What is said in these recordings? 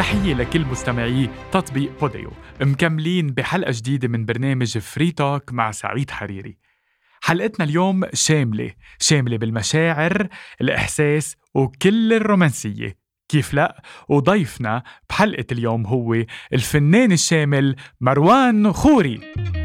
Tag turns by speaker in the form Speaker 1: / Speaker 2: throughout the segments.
Speaker 1: تحية لكل مستمعي تطبيق بوديو. مكملين بحلقة جديدة من برنامج فري توك مع سعيد حريري. حلقتنا اليوم شاملة بالمشاعر، الإحساس وكل الرومانسية، كيف لا؟ وضيفنا بحلقة اليوم هو الفنان الشامل مروان خوري.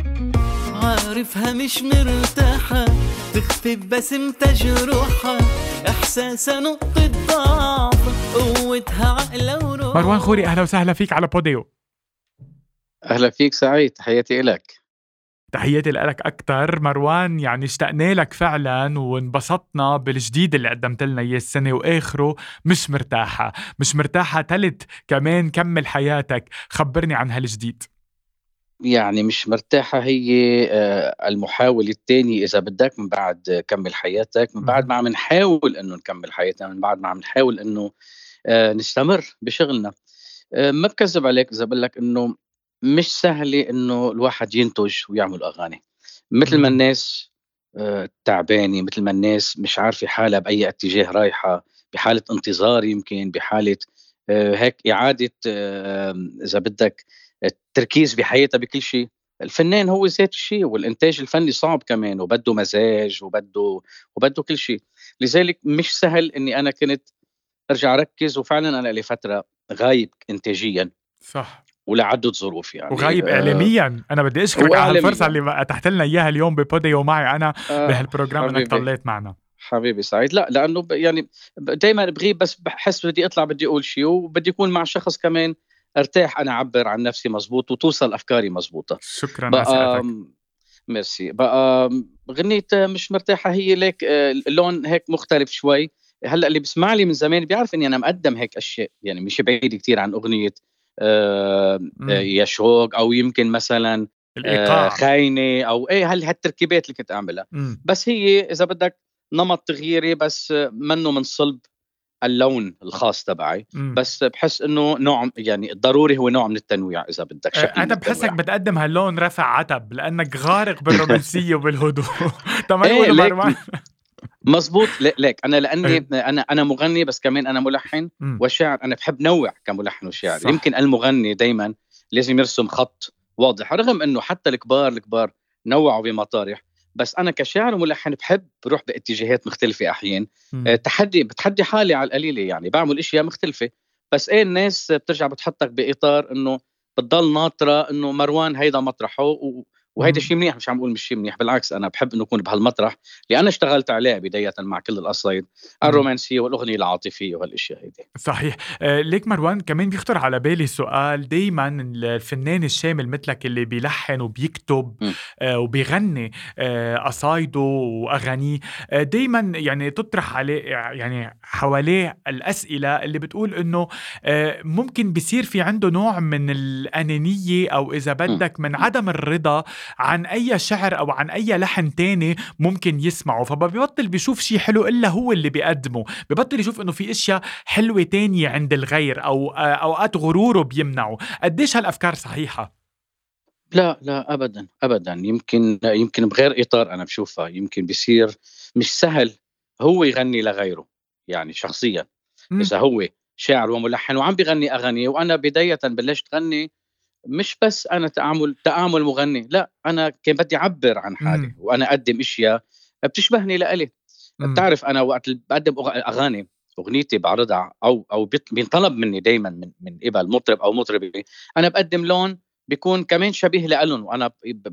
Speaker 2: عارفها مش مرتاحة، تخفي بسمتها جروحها، إحساسها نقطة ضعف، قوتها عقلها وروح.
Speaker 1: مروان خوري، أهلا وسهلا فيك على بوديو.
Speaker 3: أهلا فيك سعيد، تحياتي إلك.
Speaker 1: تحياتي لك أكتر مروان، يعني اشتقنا لك فعلا وانبسطنا بالجديد اللي قدمت لنا إياه السنة وآخره. مش مرتاحة تلت كمان كمل حياتك، خبرني عن هالجديد.
Speaker 3: يعني مش مرتاحة هي المحاولة الثانية إذا بدك من بعد كمل حياتك، من بعد ما عم نحاول إنه نكمل حياتنا، من بعد ما عم نحاول إنه نستمر بشغلنا. ما بكذب عليك إذا بقول لك إنه مش سهلة إنه الواحد ينتج ويعمل أغاني مثل ما الناس تعبانة، مثل ما الناس مش عارفة حالها بأي اتجاه رايحة، بحالة انتظار، يمكن بحالة هيك إعادة إذا بدك التركيز بحياتها بكل شيء. الفنان هو ذات الشيء، والإنتاج الفني صعب كمان، وبده مزاج وبده كل شيء. لذلك مش سهل إني أنا كنت أرجع أركز، وفعلا أنا لي فترة غايب إنتاجيا
Speaker 1: صح،
Speaker 3: ولعدة ظروف يعني،
Speaker 1: وغايب إعلاميا. أنا بدي أشكرك على هالفرصة اللي أتحت لنا إياها اليوم ببوديو معي أنا بهالبروجرام، أنك طلعت معنا.
Speaker 3: حبيبي سعيد. لا لأنه يعني دايما بغيب، بس بحس بدي أطلع، بدي أقول شيء، وبدي يكون مع شخص كمان ارتاح أنا أعبر عن نفسي مزبوط وتوصل أفكاري مزبوطة.
Speaker 1: شكرا
Speaker 3: بقى
Speaker 1: على
Speaker 3: ميرسي. بقى غنية مش مرتاحة هي ليك اللون هيك مختلف شوي. هلأ اللي بسمع لي من زمان بيعرف إني أنا مقدم هيك أشياء، يعني مش بعيد كتير عن أغنية يا شوق، أو يمكن مثلا
Speaker 1: الإيقاع،
Speaker 3: خاينة، أو إيه هالتركيبات اللي كنت أعملها. بس هي إذا بدك نمط تغييري، بس منه من صلب اللون الخاص تبعي. بس بحس انه نوع، يعني ضروري هو نوع من التنويع اذا بدك، شكل
Speaker 1: أنا بحسك بتقدم هاللون رفع عتب لأنك غارق بالرومانسية وبالهدوء. تمام يقولوا مروان
Speaker 3: مزبوط. ليك انا لاني انا مغني، بس كمان انا ملحن وشاعر. انا بحب نوع كملحن وشاعر. صح. يمكن المغني دايما لازم يرسم خط واضح، رغم انه حتى الكبار نوعوا بمطارح، بس انا كشاعر وملحن بحب بروح باتجاهات مختلفه احيان. بتحدي حالي على القليله، يعني بعمل اشياء مختلفه. بس ايه، الناس بترجع بتحطك باطار انه بتضل ناطره انه مروان هيدا مطرحه، وهيدا شيء منيح. مش عم بقول مش شيء منيح، بالعكس انا بحب انه اكون بهالمطرح اللي انا اشتغلت عليه بدايه مع كل القصايد الرومانسيه والاغنيه العاطفيه وهالاشياء هيدي.
Speaker 1: صحيح. ليك مروان، كمان بيخطر على بالي سؤال. دايما الفنان الشامل مثلك اللي بيلحن وبيكتب وبيغني قصايده واغانيه، دايما يعني تطرح عليه، يعني حواليه الاسئله اللي بتقول انه ممكن بيصير في عنده نوع من الانانيه، او اذا بدك من عدم الرضا عن أي شعر أو عن أي لحن تاني ممكن يسمعه، فبيبطل بيشوف شيء حلو إلا هو اللي بيقدمه، بيبطل يشوف إنه في أشياء حلوة تانية عند الغير، أو أوقات غروره بيمنعه. قديش هالأفكار صحيحة؟
Speaker 3: لا أبدا. يمكن بغير إطار أنا بشوفها. يمكن بيصير مش سهل هو يغني لغيره، يعني شخصيا إذا هو شاعر وملحن وعم بيغني أغاني، وأنا بداية بلشت غني مش بس أنا تأمل مغني، لا أنا كان بدي أعبر عن حالي وأنا أقدم إشياء بتشبهني لإلي. بتعرف أنا وقت بقدم أغاني، أغنيتي بعرضها أو بينطلب مني دايما من قبل مطرب أو مطربة، أنا بقدم لون بيكون كمان شبيه لألن، وأنا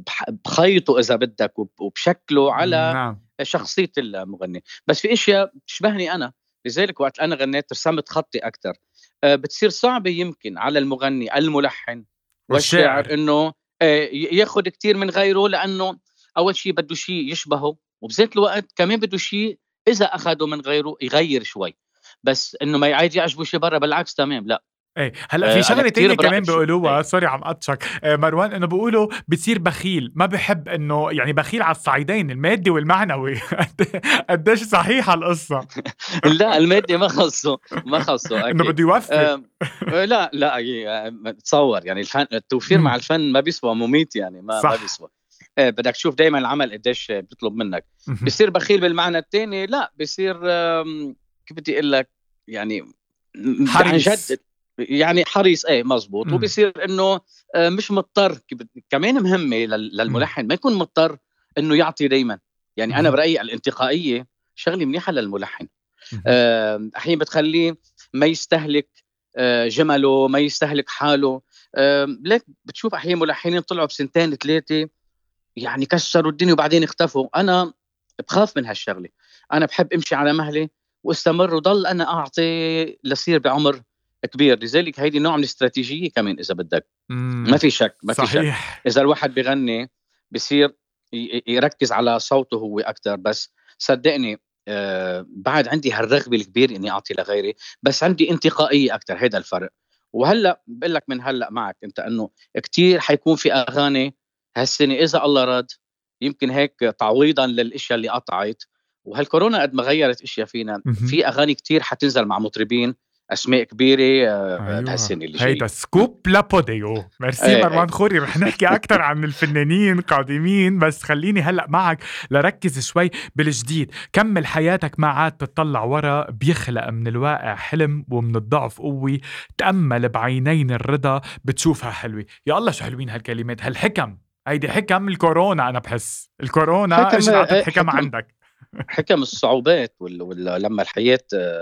Speaker 3: بخيطه إذا بدك وبشكله على شخصية المغني، بس في إشياء بتشبهني أنا. لذلك وقت أنا غنيت رسمت خطي أكتر. بتصير صعبة يمكن على المغني الملحن والشاعر إنه ياخد كتير من غيره، لأنه أول شيء بده شيء يشبهه، وبذات الوقت كمان بده شيء إذا أخده من غيره يغير شوي، بس إنه ما يعيد يعجبه شيء برا، بالعكس تمام. لا
Speaker 1: ايه، هلا في شغله تانية كمان بيقولوها، سوري عم قطشك مروان، انه بيقولوا بتصير بخيل، ما بحب انه يعني بخيل على الصعيدين المادي والمعنوي. قديش صحيحه القصه؟
Speaker 3: لا المادي ما خصه
Speaker 1: انه بده يوفر.
Speaker 3: لا تصور يعني التوفير مع الفن ما بيسوى، مميت يعني ما بيسوى. بدك تشوف دايما العمل قديش بيطلب منك. بيصير بخيل بالمعنى الثاني، لا بيصير كيف بدي اقول لك، يعني عن جد يعني حريص مزبوط.
Speaker 1: إمم.
Speaker 3: وبصير انه مش مضطر. كمان مهمه
Speaker 1: إمم.
Speaker 3: للملحن ما يكون مضطر انه يعطي دايما. يعني انا
Speaker 1: اهم.
Speaker 3: برايي الانتقائيه شغله منيحه للملحن.
Speaker 1: اهم.
Speaker 3: احيانا بتخليه ما يستهلك جمله، ما يستهلك حاله. ليك بتشوف احيانا ملحنين طلعوا بسنتين ثلاثه يعني كسروا الدنيا وبعدين اختفوا. انا بخاف من هالشغله. انا بحب امشي على مهلي واستمر وضل انا اعطي لصير بعمر كبير. لذلك هيدي نوع من الاستراتيجيه كمان اذا بدك. ما
Speaker 1: إمم.
Speaker 3: في شك، ما في شك.
Speaker 1: صحيح.
Speaker 3: اذا الواحد بغني بصير يركز على صوته هو اكثر. بس صدقني بعد عندي هالرغبه الكبير اني اعطي لغيري، بس عندي انتقائيه اكثر. هذا الفرق. وهلا بقول لك من هلا معك انت انه كتير حيكون في اغاني هالسنه اذا الله راد، يمكن هيك تعويضا للاشياء اللي قطعت. وهالكورونا قد ما غيرت اشياء فينا،
Speaker 1: اهم.
Speaker 3: في اغاني كتير حتنزل مع مطربين اسماء كبيره
Speaker 1: أيوه،
Speaker 3: بهالسنه اللي
Speaker 1: هيدا
Speaker 3: جايه.
Speaker 1: سكوب لابوديو. ميرسي
Speaker 3: ايه
Speaker 1: مروان
Speaker 3: ايه
Speaker 1: خوري، رح نحكي أكتر عن الفنانين قادمين، بس خلّيني هلأ معك لركّز شوي بالجديد. كمّل حياتك ما عاد تطلّع ورا، بيخلق من الواقع حلم ومن الضعف قوة، تأمّل بعينين الرضا بتشوفها حلوة. يا الله شو حلوين هالكلمات، هالحكم. هيدي حكم الكورونا، أنا باحس الكورونا
Speaker 3: حكم
Speaker 1: إجت عطت حكم
Speaker 3: حكم
Speaker 1: عندك.
Speaker 3: حكم الصعوبات لما الحياه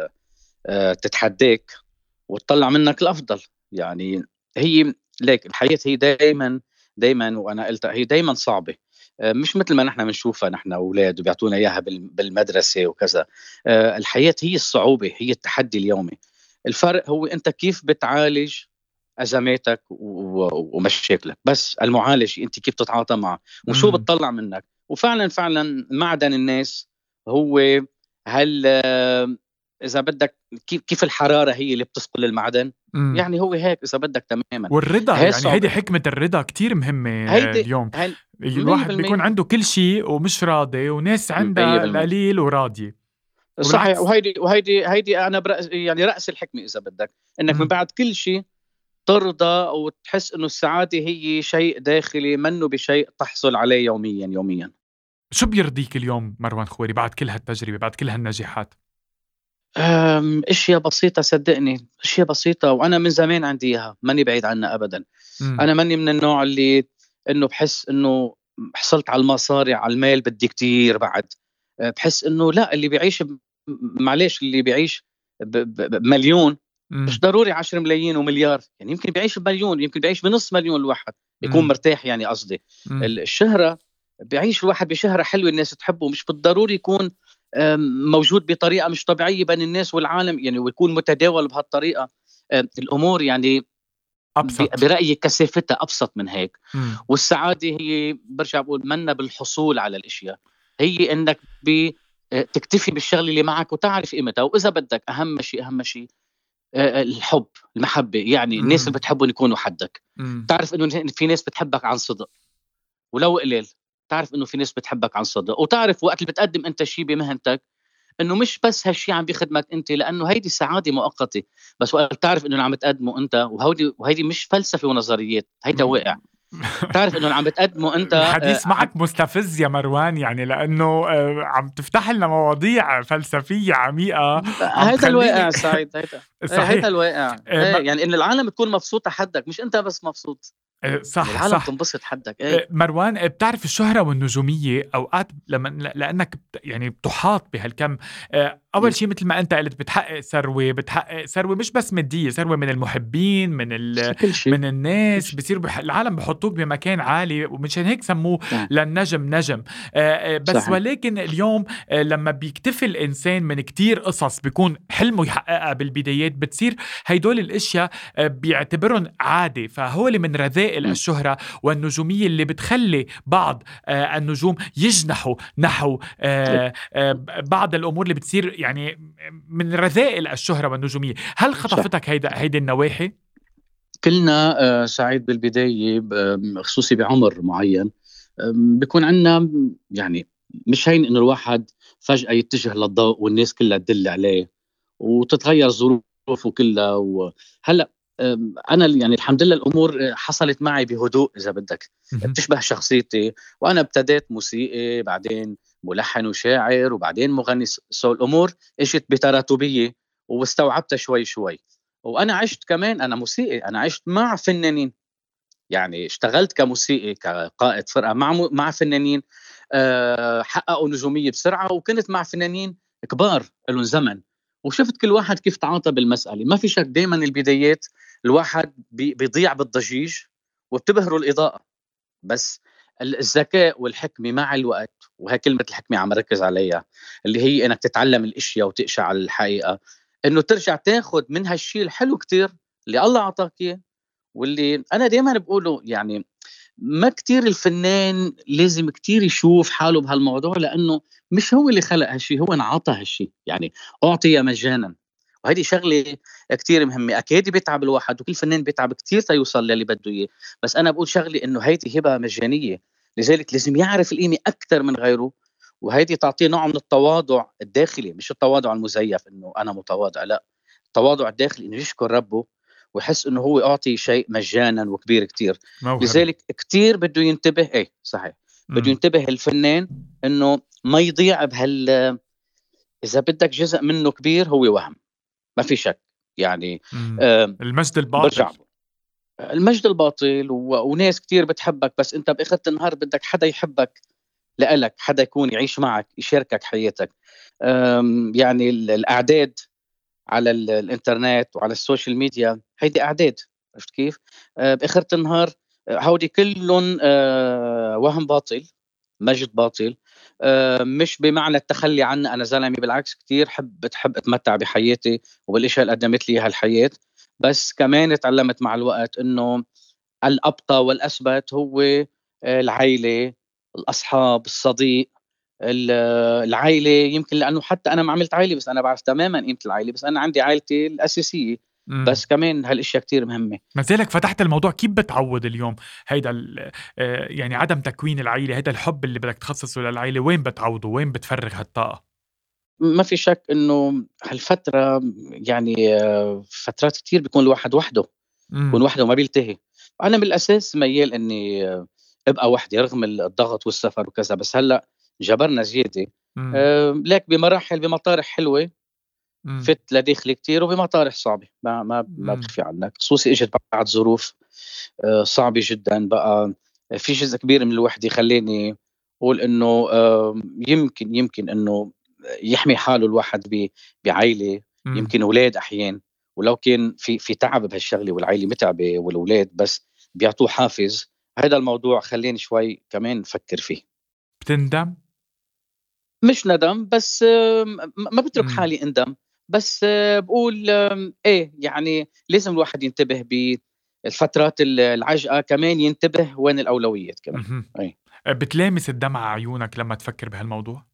Speaker 3: تتحداك وتطلع منك الافضل. يعني هي ليك الحياه هي دائما وانا قلتها هي دائما صعبه. مش مثل ما نحن بنشوفها نحن اولاد وبيعطونا اياها بالمدرسه وكذا. الحياه هي الصعوبه، هي التحدي اليومي. الفرق هو انت كيف بتعالج ازماتك ومشاكلك. بس المعالجه انت كيف تتعاطى معها وشو
Speaker 1: إمم.
Speaker 3: بتطلع منك. وفعلا معدن الناس هو هل اذا بدك كيف الحراره هي اللي بتثقل المعدن.
Speaker 1: إمم.
Speaker 3: يعني هو هيك اذا بدك تماما.
Speaker 1: والرضا،
Speaker 3: هي
Speaker 1: يعني هيدي
Speaker 3: الصعوبه.
Speaker 1: حكمة الرضا كتير مهمة
Speaker 3: هيدي
Speaker 1: اليوم.
Speaker 3: هي
Speaker 1: الواحد بيكون
Speaker 3: 100%
Speaker 1: عنده كل شيء ومش راضي، وناس عندها
Speaker 3: 100%
Speaker 1: القليل وراضية،
Speaker 3: صحيح.
Speaker 1: وبالعكس.
Speaker 3: وهيدي انا يعني راس الحكمه اذا بدك، انك من
Speaker 1: إمم.
Speaker 3: بعد كل شيء ترضى وتحس انه السعاده هي شيء داخلي منه بشيء تحصل عليه يوميا يوميا.
Speaker 1: شو بيرضيك اليوم مروان خوري بعد كل هالتجربة، بعد كل هالنجاحات؟
Speaker 3: اشياء بسيطه صدقني، اشياء بسيطه وانا من زمان عندي اياها، ماني بعيد عنها ابدا.
Speaker 1: إمم.
Speaker 3: انا ماني من النوع اللي انه بحس انه حصلت على المصاري على المال بدي كتير بعد. بحس انه لا، اللي بيعيش معلش اللي بيعيش بمليون مش
Speaker 1: إمم.
Speaker 3: ضروري 10 ملايين ومليار. يعني يمكن بيعيش بمليون، يمكن بيعيش بنص مليون الواحد يكون
Speaker 1: إمم.
Speaker 3: مرتاح. يعني قصدي
Speaker 1: إمم.
Speaker 3: الشهرة، بيعيش الواحد بشهرة حلوة الناس تحبه، مش بالضروري يكون موجود بطريقة مش طبيعية بين الناس والعالم يعني، ويكون متداول بهالطريقة. الأمور يعني
Speaker 1: أبسط.
Speaker 3: برأيي كثافتها أبسط من هيك.
Speaker 1: إمم.
Speaker 3: والسعادة هي برجع بقول منا بالحصول على الأشياء، هي إنك تكتفي بالشغل اللي معك وتعرف قيمتها. وإذا بدك أهم شيء الحب، المحبة. يعني الناس اللي
Speaker 1: إمم.
Speaker 3: بتحبهم يكونوا حدك.
Speaker 1: إمم.
Speaker 3: تعرف إنه في ناس بتحبك عن صدق ولو قليل. تعرف إنه في ناس بتحبك عن صدق، وتعرف وقت اللي بتقدم أنت شيء بمهنتك انه مش بس هالشي عم بيخدمك انت، لانه هيدي سعاده مؤقته. بس وقت تعرف انه عم بتقدمه انت، وهيدي مش فلسفه ونظريات، هيدا
Speaker 1: إمم.
Speaker 3: واقع. تعرف انه عم بتقدمه انت
Speaker 1: الحديث معك مستفز يا مروان، يعني لأنه عم تفتح لنا مواضيع فلسفية عميقة عم
Speaker 3: هيدا
Speaker 1: تخلّيني
Speaker 3: الواقع سعيد. هيدا
Speaker 1: صحيح.
Speaker 3: الواقع.
Speaker 1: ما
Speaker 3: يعني ان العالم تكون مبسوطه حدك، مش انت بس مبسوط. يعني
Speaker 1: صح،
Speaker 3: العالم
Speaker 1: صح.
Speaker 3: تنبسط حدك.
Speaker 1: مروان، بتعرف الشهرة والنجومية أوقات لأنك لإنك بتُحاط بهالكم. أول شي متل ما أنت قُلت بتحقق ثروة مش بس مادية، ثروة من المُحبّين،
Speaker 3: كل شيء
Speaker 1: من
Speaker 3: كل
Speaker 1: الناس.
Speaker 3: شيء
Speaker 1: بصير العالم بيحطّوك بمكان عالي، ومشان هيك سمّوه
Speaker 3: نعم.
Speaker 1: للنجم نجم. بس
Speaker 3: صحيح.
Speaker 1: ولكن اليوم لمّا بيكتفي الإنسان من كتير قصص بيكون حلمه يحققها بالبدايات، بتصير هيدول الأشيا بيعتبرن عادة. فهول من رذائل
Speaker 3: م.
Speaker 1: الشهرة والنجومية اللي بتخلّي بعض النجوم يجنحوا نحو بعض الأمور اللي بتصير يعني من رذائل الشهرة والنجومية. هل
Speaker 3: صح.
Speaker 1: خطفتك هيدي النواحي؟
Speaker 3: كلنا سعيد بالبداية خصوصي بعمر معين بيكون عندنا يعني مش هين انه الواحد فجأة يتجه للضوء والناس كلها تدل عليه وتتغير ظروفه كلها. وهلا انا يعني الحمد لله الامور حصلت معي بهدوء اذا بدك،
Speaker 1: اهم.
Speaker 3: بتشبه شخصيتي. وانا ابتديت موسيقي، بعدين ملحن وشاعر، وبعدين مغني. الامور اجت بتراتبيه واستوعبتها شوي شوي. وأنا عشت كمان، أنا موسيقي، أنا عشت مع فنانين، يعني اشتغلت كموسيقي كقائد فرقة مع فنانين حققوا نجومية بسرعة، وكنت مع فنانين كبار لهم زمن، وشفت كل واحد كيف تعاطى بالمسألة. ما في شك دايما البدايات الواحد بيضيع بالضجيج وبتبهروا الإضاءة، بس الذكاء والحكمة مع الوقت، وهي كلمة الحكمة عم ركز عليها، اللي هي انك تتعلم الاشياء وتقشع على الحقيقة، انه ترجع تاخد من هالشيء الحلو كتير اللي الله عطاك اياه. واللي انا دائما بقوله يعني ما كتير الفنان لازم كتير يشوف حاله بهالموضوع، لانه مش هو اللي خلق هالشيء، هو انعطى هالشيء، يعني اعطي مجانا. وهذه شغله كتير مهمه. اكيد بيتعب الواحد، وكل فنان بيتعب كتير تيوصل للي بده اياه، بس انا بقول شغله انه هيدي هبه مجانيه، لذلك لازم يعرف القيمه اكثر من غيره. وهيدي تعطيه نوع من التواضع الداخلي، مش التواضع المزيف انه انا متواضع، لا، التواضع الداخلي انه يشكر ربه ويحس انه هو اعطي شيء مجانا وكبير كتير.
Speaker 1: موهبة.
Speaker 3: لذلك كتير بده ينتبه، ايه صحيح، بده ينتبه الفنان انه ما يضيع اذا بدك جزء منه كبير هو وهم، ما في شك يعني.
Speaker 1: المجد الباطل.
Speaker 3: برجع المجد الباطل وناس كتير بتحبك، بس انت باخر النهار بدك حدا يحبك لإلك، حدا يكون يعيش معك يشاركك حياتك. يعني الاعداد على الانترنت وعلى السوشيال ميديا هيدي اعداد، عرفت كيف؟ باخر النهار هودي كلهم وهم باطل، مجد باطل. مش بمعنى التخلي عني، انا زلمه بالعكس كتير بحب اتمتع بحياتي وبالاشياء اللي قدمت لي هالحياه، بس كمان تعلمت مع الوقت انه الابقى والاثبت هو العائله، الاصحاب، الصديق. العائله يمكن لانه حتى انا ما عملت عائله، بس انا بعرف تماما قيمه العائله، بس انا عندي عائلتي الاساسيه. بس كمان هالاشياء كتير مهمه.
Speaker 1: ما زالك فتحت الموضوع، كيف بتعوض اليوم هيدا يعني عدم تكوين العائلة، هيدا الحب اللي بدك تخصصه للعائلة، وين بتعوضه؟ وين بتفرغ هالطاقة؟
Speaker 3: ما في شك انه هالفتره يعني فترات كتير بيكون الواحد وحده، بيكون وحده وما بيلتهي. انا بالاساس ميال اني ابقى وحدي رغم الضغط والسفر وكذا، بس هلا جبرنا زياده. لك بمراحل بمطارح حلوه فت لداخلي كتير، وبمطارح صعبه ما بخفي عنك، خصوصي اجت بعد ظروف صعبه جدا. بقى في جزء كبير من الوحده خليني اقول انه يمكن انه يحمي حاله الواحد بعائله، يمكن اولاد احيان، ولو كان في تعب بهالشغله والعائله متعبه والاولاد بس بيعطوه حافز. هذا الموضوع خليني شوي كمان نفكر فيه.
Speaker 1: بتندم؟
Speaker 3: مش ندم، بس ما بترك حالي اندم، بس بقول ايه يعني لازم الواحد ينتبه بالفترات العجقه، كمان ينتبه وين الاولويات كمان. ايه
Speaker 1: بتلامس الدمع عيونك لما تفكر بهالموضوع؟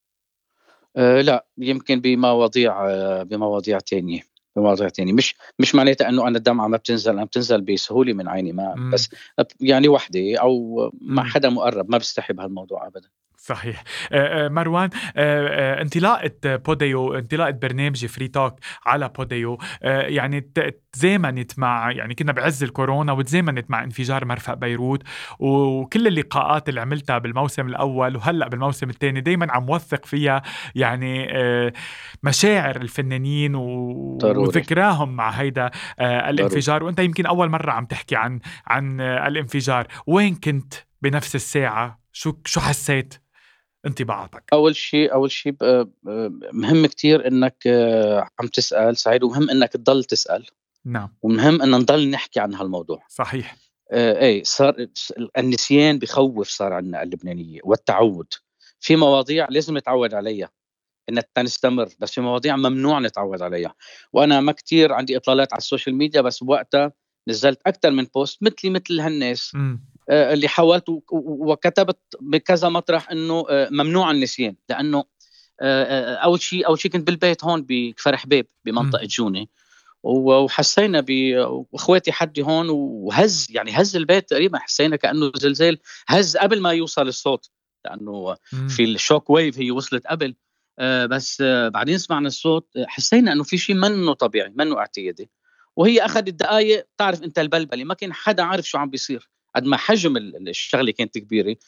Speaker 3: لا، يمكن بمواضيع تانية، بمواضيع تانية. مش معناتها انه انا الدمعة ما بتنزل، انا بتنزل بسهولة من عيني، ما بس يعني وحدي او مع حدا مقرب ما بستحي بهالموضوع ابدا.
Speaker 1: صحيح. مروان، انطلاقة بوديو، انطلاقة برنامج فري توك على بوديو، يعني تزامنت مع، يعني كنا بعز الكورونا وتزامنت مع انفجار مرفأ بيروت، وكل اللقاءات اللي عملتها بالموسم الأول وهلأ بالموسم الثاني دايما عم وثق فيها يعني مشاعر الفنانين وذكراهم مع هيدا الانفجار. وانت يمكن أول مرة عم تحكي عن الانفجار. وين كنت بنفس الساعة؟ شو حسيت؟ انطباعاتك؟
Speaker 3: اول شيء مهم كتير انك عم تسأل سعيد، ومهم انك تضل تسأل.
Speaker 1: نعم.
Speaker 3: ومهم ان نضل نحكي عن هالموضوع.
Speaker 1: صحيح.
Speaker 3: ايه صار النسيان بخوف، صار عندنا اللبنانية، والتعود في مواضيع لازم نتعود عليها ان نستمر، بس في مواضيع ممنوع نتعود عليها. وانا ما كتير عندي اطلالات على السوشيال ميديا، بس وقتها نزلت اكثر من بوست مثل هالناس اللي حاولت وكتبت بكذا مطرح انه ممنوع النسيان، لانه اول شيء كنت بالبيت هون بكفر حبيب بمنطقه جوني، وحسينا واخواتي حدي هون، هز البيت تقريبا، حسينا كانه زلزال هز قبل ما يوصل الصوت، لانه في الشوك ويف هي وصلت قبل. بس بعدين سمعنا الصوت، حسينا انه في شيء منه طبيعي، منه اعتيادي. وهي اخذت دقائق، تعرف انت البلبله، ما كان حدا عارف شو عم بيصير قد ما حجم الشغله كانت كبيره.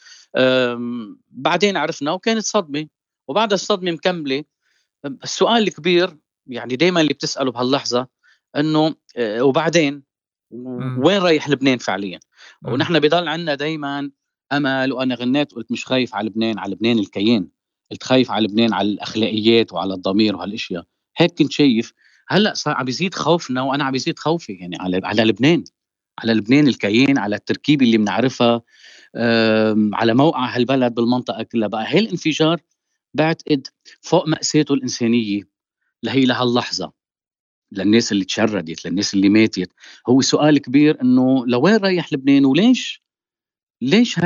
Speaker 3: بعدين عرفنا وكانت صدمه، وبعد الصدمه مكمله. السؤال الكبير يعني دايما اللي بتساله بهاللحظه، انه وبعدين
Speaker 1: إمم،
Speaker 3: وين رايح لبنان فعليا.
Speaker 1: إمم،
Speaker 3: ونحن بضل عندنا دايما امل. وانا غنيت قلت مش خايف على لبنان، على لبنان الكيان، قلت خايف على لبنان، على الاخلاقيات وعلى الضمير وهالاشياء. هيك كنت شايف. هلا صار عم بيزيد خوفنا، وانا عم بيزيد خوفي يعني على لبنان، على لبنان الكيان، على التركيبه اللي بنعرفها، على موقع هالبلد بالمنطقه كلها. بقى هالانفجار بعتقد فوق مأساته الإنسانية لهي لهاللحظة، للناس اللي تشردت، للناس اللي ماتت، هو سؤال كبير إنه لوين رايح لبنان وليش؟ ليش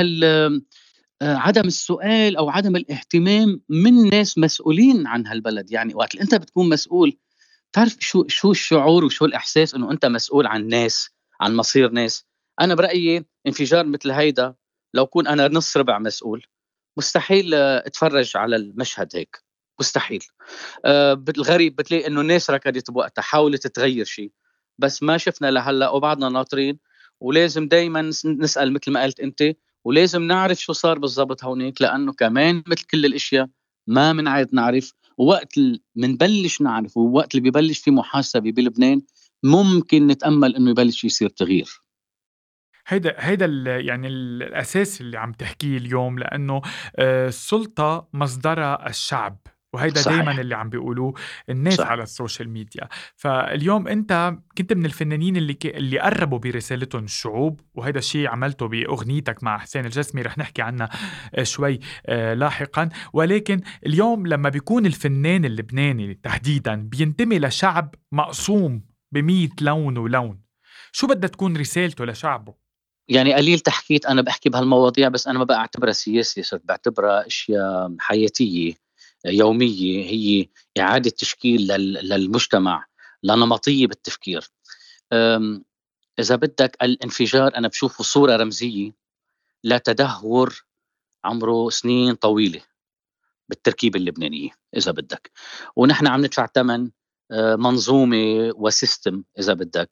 Speaker 3: عدم السؤال أو عدم الاهتمام من ناس مسؤولين عن هالبلد؟ يعني وقت أنت بتكون مسؤول، تعرف شو الشعور وشو الإحساس إنه أنت مسؤول عن ناس، عن مصير ناس. أنا برأيي انفجار مثل هيدا لو كون أنا نص ربع مسؤول، مستحيل اتفرج على المشهد هيك، مستحيل. الغريب بتلاقي انه الناس ركضت بوقتها، حاولت تغير شيء، بس ما شفنا لهلا وبعدنا ناطرين. ولازم دايما نسأل مثل ما قلت انت، ولازم نعرف شو صار بالضبط هونيك، لانه كمان مثل كل الاشياء ما منعد نعرف. ووقت منبلش نعرف، ووقت اللي ببلش في محاسبة بلبنان، ممكن نتأمل انه يبلش يصير تغيير.
Speaker 1: هيدا يعني الأساس اللي عم تحكيه اليوم، لإنه السُلطة مصدرها الشعب، وهيدا دايمًا
Speaker 3: صحيح.
Speaker 1: اللي عم بيقولوه الناس
Speaker 3: صحيح.
Speaker 1: على السوشيال ميديا. فاليوم أنت كنت من الفنانين اللي قرّبوا برسالتهم الشعوب، وهيدا الشي عملته بأغنيتك مع حسين الجسمي، رح نحكي عنها شوي لاحقًا. ولكن اليوم لمّا بيكون الفنان اللبناني تحديدًا بينتمي لشعب مقسوم ب100 لون ولون، شو بدها تكون رسالته لشعبه؟
Speaker 3: يعني قليل تحكيت أنا باحكي بهالمواضيع، بس أنا ما باعتبرها سياسة، صرت باعتبرها أشياء حياتية يومية، هي إعادة تشكيل للمجتمع، لنمطية بالتفكير. آمم، إذا بدك الانفجار أنا باشوفه صورة رمزية لتدهور عمره سنين طويلة بالتركيبة اللبنانية إذا بدك. ونحن عم ندفع تمن منظومة وsystem إذا بدك،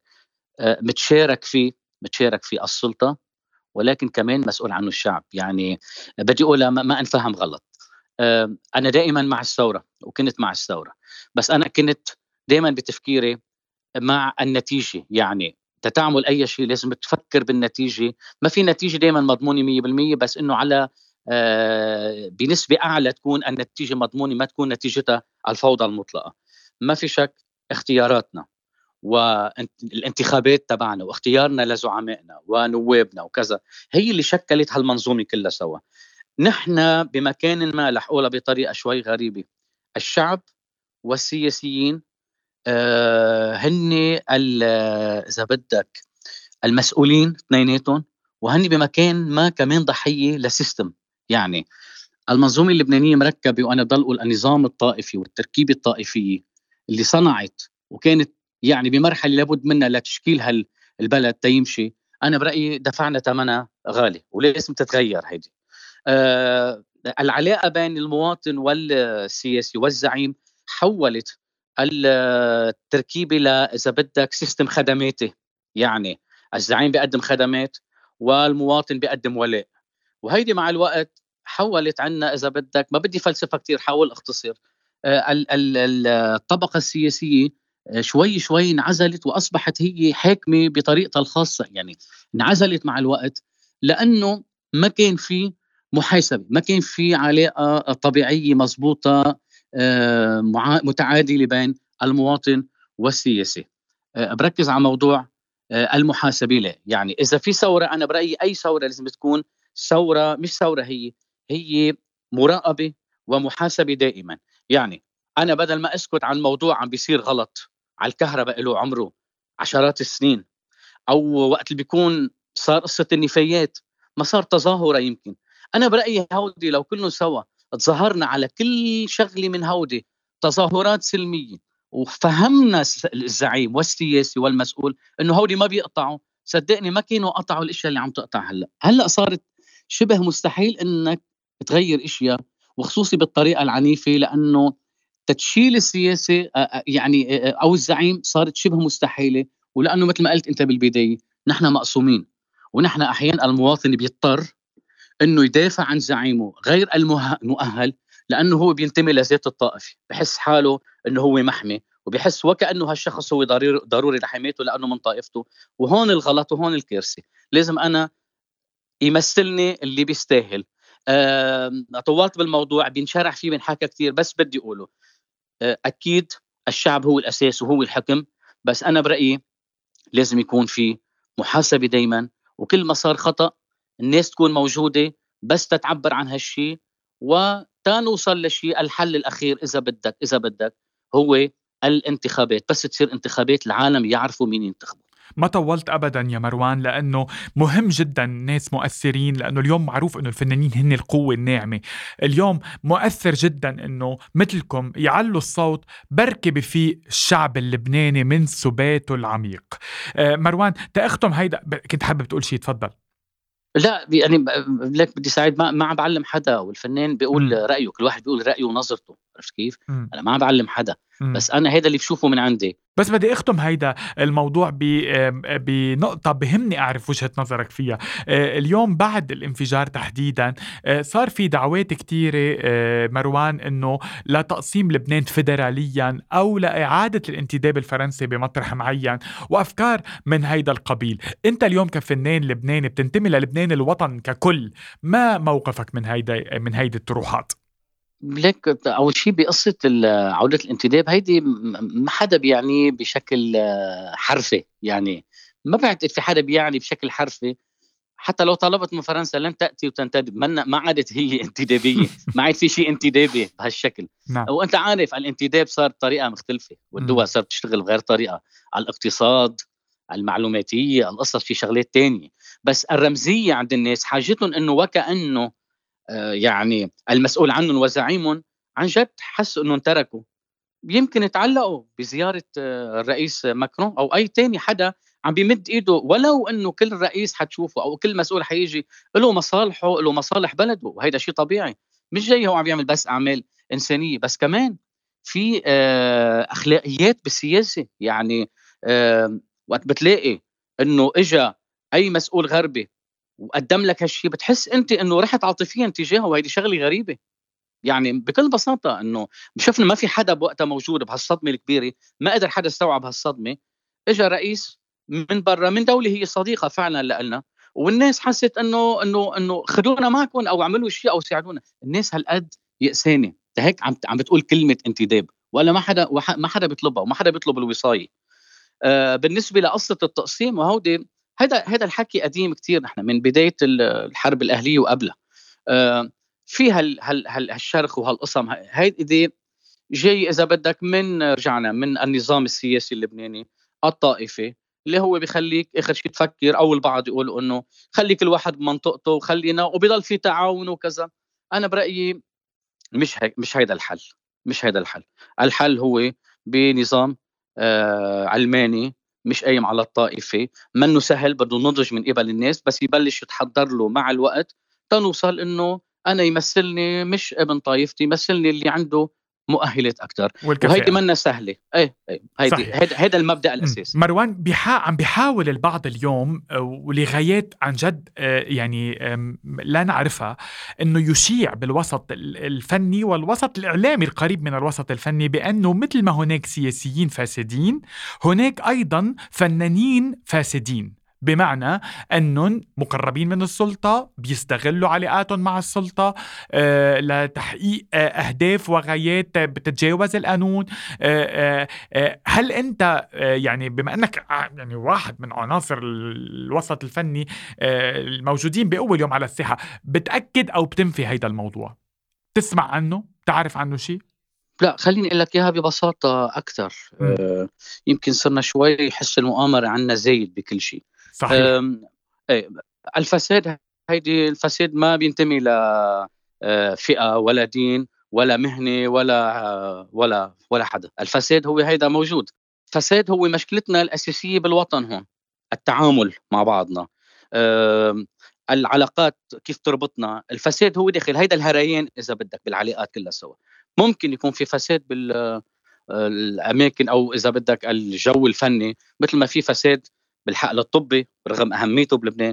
Speaker 3: متشارك فيه السلطة، ولكن كمان مسؤول عنه الشعب. يعني بدي أقولها ما أنفهم غلط. أنا دائما مع الثورة وكنت مع الثورة، بس أنا كنت دائما بتفكيري مع النتيجة. يعني تتعمل أي شيء لازم تفكر بالنتيجة. ما في نتيجة دائما مضمونة 100%، بس إنه على بنسبة أعلى تكون النتيجة مضمونة، ما تكون نتيجتها الفوضى المطلقة. ما في شك اختياراتنا والانتخابات تبعنا واختيارنا لزعمائنا ونوابنا وكذا هي اللي شكلت هالمنظومة كلها سوا. نحن بمكان ما، رح أقولها بطريقة شوي غريبة، الشعب والسياسيين هن إذا بدك المسؤولين اثنيناتهم، وهن بمكان ما كمان ضحية لسيستم. يعني المنظومة اللبنانية مركبة، وأنا بضل أقول النظام الطائفي والتركيبة الطائفية اللي صنعت وكانت يعني بمرحلة لابد منها لتشكيل البلد تيمشي. أنا برأيي دفعنا ثمنها غالي ولازم تتغير هيدي. العلاقة بين المواطن والسياسي والزعيم حولت التركيبة إذا بدك سيستم خدماتي. يعني الزعيم بيقدم خدمات والمواطن بيقدم ولاء، وهيدي مع الوقت حولت عنا إذا بدك، ما بدي فلسفة كتير، حاول اختصر. الطبقة السياسية شوي شوي انعزلت وأصبحت هي حاكمة بطريقتها الخاصة. يعني انعزلت مع الوقت لأنه ما كان في محاسبة، ما كان في علاقة طبيعية مضبوطة متعادلة بين المواطن والسياسي. بركز على موضوع المحاسبة له. يعني إذا في ثورة، أنا برأيي أي ثورة لازم تكون ثورة، مش ثورة، هي مراقبة ومحاسبة دائما. يعني أنا بدل ما أسكت عن موضوع عم بيصير غلط على الكهرباء له عمره عشرات السنين، أو وقت اللي بيكون صار قصة النفايات ما صار تظاهرة يمكن، أنا برأيي هودي لو كلنا سوا تظاهرنا على كل شغلة من هودي تظاهرات سلمية، وفهمنا الزعيم والسياسي والمسؤول إنه هودي ما بيقطعوا، صدقني ما كانوا قطعوا الاشياء اللي عم تقطع. هلا صارت شبه مستحيل انك تغير اشياء، وخصوصي بالطريقه العنيفه، لانه تشيل السياسه يعني او الزعيم صارت شبه مستحيله. ولانه مثل ما قلت انت بالبدايه نحن مقسومين، ونحن احيانا المواطن بيضطر انه يدافع عن زعيمه غير المؤهل، لانه هو بينتمي لذات الطائفه، بحس حاله انه هو محمي، وبيحس وكأنه هالشخص هو ضروري لحمايته لأنه من طائفته. وهون الغلط وهون الكارثة. لازم أنا يمثلني اللي بيستاهل. طولت بالموضوع، بينشرح فيه بنحكى كتير، بس بدي أقوله أكيد الشعب هو الأساس وهو الحكم، بس أنا برأيي لازم يكون في محاسبة دايما، وكل ما صار خطأ الناس تكون موجودة بس تتعبر عن هالشي، وتنوصل لشيء. الحل الأخير إذا بدك هو الانتخابات، بس تصير انتخابات العالم يعرفوا مين ينتخبوا.
Speaker 1: ما طولت أبدا يا مروان، لأنه مهم جدا ناس مؤثرين، لأنه اليوم معروف أنه الفنانين هن القوة الناعمة. اليوم مؤثر جدا أنه مثلكم يعلوا الصوت، بركي بفيق الشعب اللبناني من سباته العميق. مروان تأختم هيدا، كنت حابب تقول شيء، تفضل.
Speaker 3: لا يعني لك بدي ساعد، ما عم بعلم حدا، والفنان بيقول رأيه، كل واحد بيقول رأيه ونظرته، عرفت كيف؟ أنا ما عم بعلم حدا، بس أنا هيدا اللي بشوفه من عندي.
Speaker 1: بس بدي أختم هيدا الموضوع بنقطة بهمني أعرف وجهة نظرك فيها. اليوم بعد الانفجار تحديدا صار في دعوات كتيرة مروان إنه لتقسيم لبنان فيدراليا أو لإعادة الانتداب الفرنسي بمطرح معين وأفكار من هيدا القبيل. أنت اليوم كفنان لبناني بتنتمي للبنان الوطن ككل، ما موقفك من هيدي الطروحات؟
Speaker 3: لك أول شيء بقصة عودة الانتداب هيدي ما حدا بيعني بشكل حرفي، يعني ما بعتقد في حدا بيعني بشكل حرفي. حتى لو طلبت من فرنسا لن تأتي وتنتدب، ما عادت هي انتدابية، ما عاد في شيء انتدابي بهالشكل.
Speaker 1: نعم.
Speaker 3: وانت عارف الانتداب صار بطريقة مختلفة، والدول صارت تشتغل بغير طريقة، على الاقتصاد، على المعلوماتية، القصص في شغلات تانية. بس الرمزية عند الناس حاجتهم انه وكأنه يعني المسؤول عنهم وزعيمهم عن جد حسوا انه تركوا. يمكن تعلقوا بزيارة الرئيس ماكرون أو أي تاني حدا عم بيمد إيده، ولو أنه كل رئيس حتشوفه أو كل مسؤول حيجي له مصالحه، له مصالح بلده، وهيدا شيء طبيعي. مش جاي هو عم بيعمل بس أعمال إنسانية، بس كمان في أخلاقيات بالسياسة. يعني وقت بتلاقي أنه إجا أي مسؤول غربي وقدم لك هالشي، بتحس أنت أنه رحت عاطفيا تجاهه، وهيدي شغلة غريبة. يعني بكل بساطة أنه شفنا ما في حدا بوقتها موجود بهالصدمة الكبيرة، ما قدر حدا استوعب هالصدمة. إجا رئيس من برا، من دولة هي صديقة فعلا لنا، والناس حست انه خدونا معكم او عملوا شيء او ساعدونا. الناس هالقد يأسانة هيك عم بتقول كلمة انتداب، ولا ما حدا بيطلبها، وما حدا بيطلب الوصاية. بالنسبة لقصة التقسيم وهودي، هذا الحكي قديم كتير، نحن من بداية الحرب الأهلية وقبلها في هالشرخ وهالقصم. هيدي جاي إذا بدك رجعنا من النظام السياسي اللبناني الطائفي، اللي هو بيخليك آخر شيء تفكر، أو البعض يقول إنه خلي كل واحد بمنطقته وخلينا وبيضل في تعاون وكذا. أنا برأيي مش هيدا الحل، مش هيدا الحل. الحل هو بنظام علماني مش قايم على الطائفة، منه سهل، بده نضج من قبل الناس، بس يبلش يتحضر له مع الوقت تنوصل إنه أنا يمثلني مش ابن طائفتي، يمثلني اللي عنده مؤهلات أكتر. وهيدي منا سهلة. هيدا المبدأ الأساسي.
Speaker 1: مروان عم بيحاول البعض اليوم ولغايات عن جد يعني لا نعرفها، انه يشيع بالوسط الفني والوسط الإعلامي القريب من الوسط الفني بأنه مثل ما هناك سياسيين فاسدين، هناك أيضا فنانين فاسدين، بمعنى أنهم مقربين من السلطة، بيستغلوا علاقاتهم مع السلطة لتحقيق أهداف وغايات بتتجاوز القانون. هل أنت يعني بما أنك يعني واحد من عناصر الوسط الفني الموجودين بقوة اليوم على الساحة، بتأكد أو بتنفي هيدا الموضوع؟ تسمع عنه؟ تعرف عنه شيء؟
Speaker 3: لا، خليني أقول لك إياها ببساطة أكثر. يمكن صرنا شوي يحس المؤامرة عنا زايد بكل شيء.
Speaker 1: صحيح.
Speaker 3: الفساد، هيدي الفساد ما بينتمي لفئة ولا دين ولا مهنة ولا حدا. الفساد هو هيدا موجود. الفساد هو مشكلتنا الأساسية بالوطن هون، التعامل مع بعضنا، العلاقات كيف تربطنا. الفساد هو داخل هيدا الهريان إذا بدك بالعلاقات كلها سوا. ممكن يكون في فساد بالأماكن أو إذا بدك الجو الفني، مثل ما في فساد بالحقل الطبي رغم أهميته بلبنان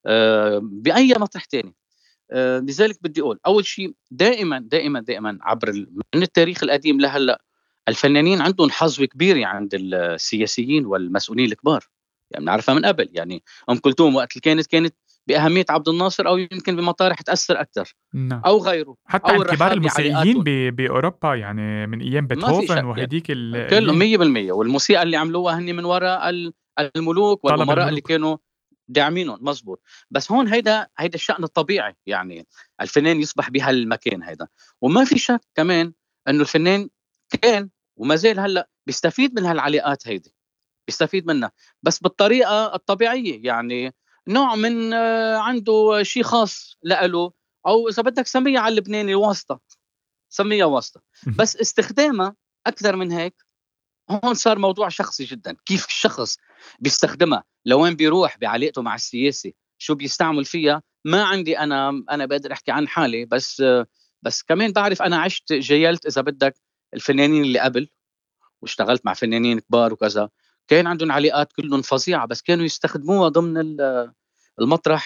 Speaker 3: بأي مطرح تاني. لذلك بدي أقول أول شيء دائما دائما دائما عبر من التاريخ القديم لهلأ الفنانين عندهم حظوة كبيرة عند السياسيين والمسؤولين الكبار، يعني بنعرفها من قبل. يعني أم كلثوم وقت اللي كانت بأهمية عبد الناصر، أو يمكن بمطارح تأثر أكثر،
Speaker 1: نعم.
Speaker 3: أو غيره،
Speaker 1: حتى
Speaker 3: أو
Speaker 1: عند كبار
Speaker 3: الرحال
Speaker 1: الموسيقيين
Speaker 3: بعلاقاتهم.
Speaker 1: بأوروبا، يعني من أيام
Speaker 3: ما في
Speaker 1: بيتهوفن
Speaker 3: شك يعني،
Speaker 1: وهديك
Speaker 3: كله
Speaker 1: الأيام
Speaker 3: 100%. والموسيقى اللي عملوها هني من وراء الملوك
Speaker 1: طلب
Speaker 3: والأمراء اللي
Speaker 1: الملوك.
Speaker 3: كانوا داعمينهم. مزبوط. بس هون هيدا الشأن الطبيعي، يعني الفنان يصبح بهالمكان هيدا. وما في شك كمان انه الفنان كان وما زال هلا بيستفيد من هالعلاقات هيدي، بيستفيد منها بس بالطريقة الطبيعية. يعني نوع من عنده شيء خاص لإله، او اذا بدك سميها على اللبناني واسطة، سميها واسطة. بس استخدامها اكثر من هيك، هون صار موضوع شخصي جدا. كيف الشخص بيستخدمها، لوين بيروح بعلاقته مع السياسي، شو بيستعمل فيها. ما عندي انا بقدر احكي عن حالي، بس كمان بعرف، انا عشت جيلت اذا بدك الفنانين اللي قبل، واشتغلت مع فنانين كبار وكذا، كان عندهم علاقات كلهم فظيعة، بس كانوا يستخدموها ضمن المطرح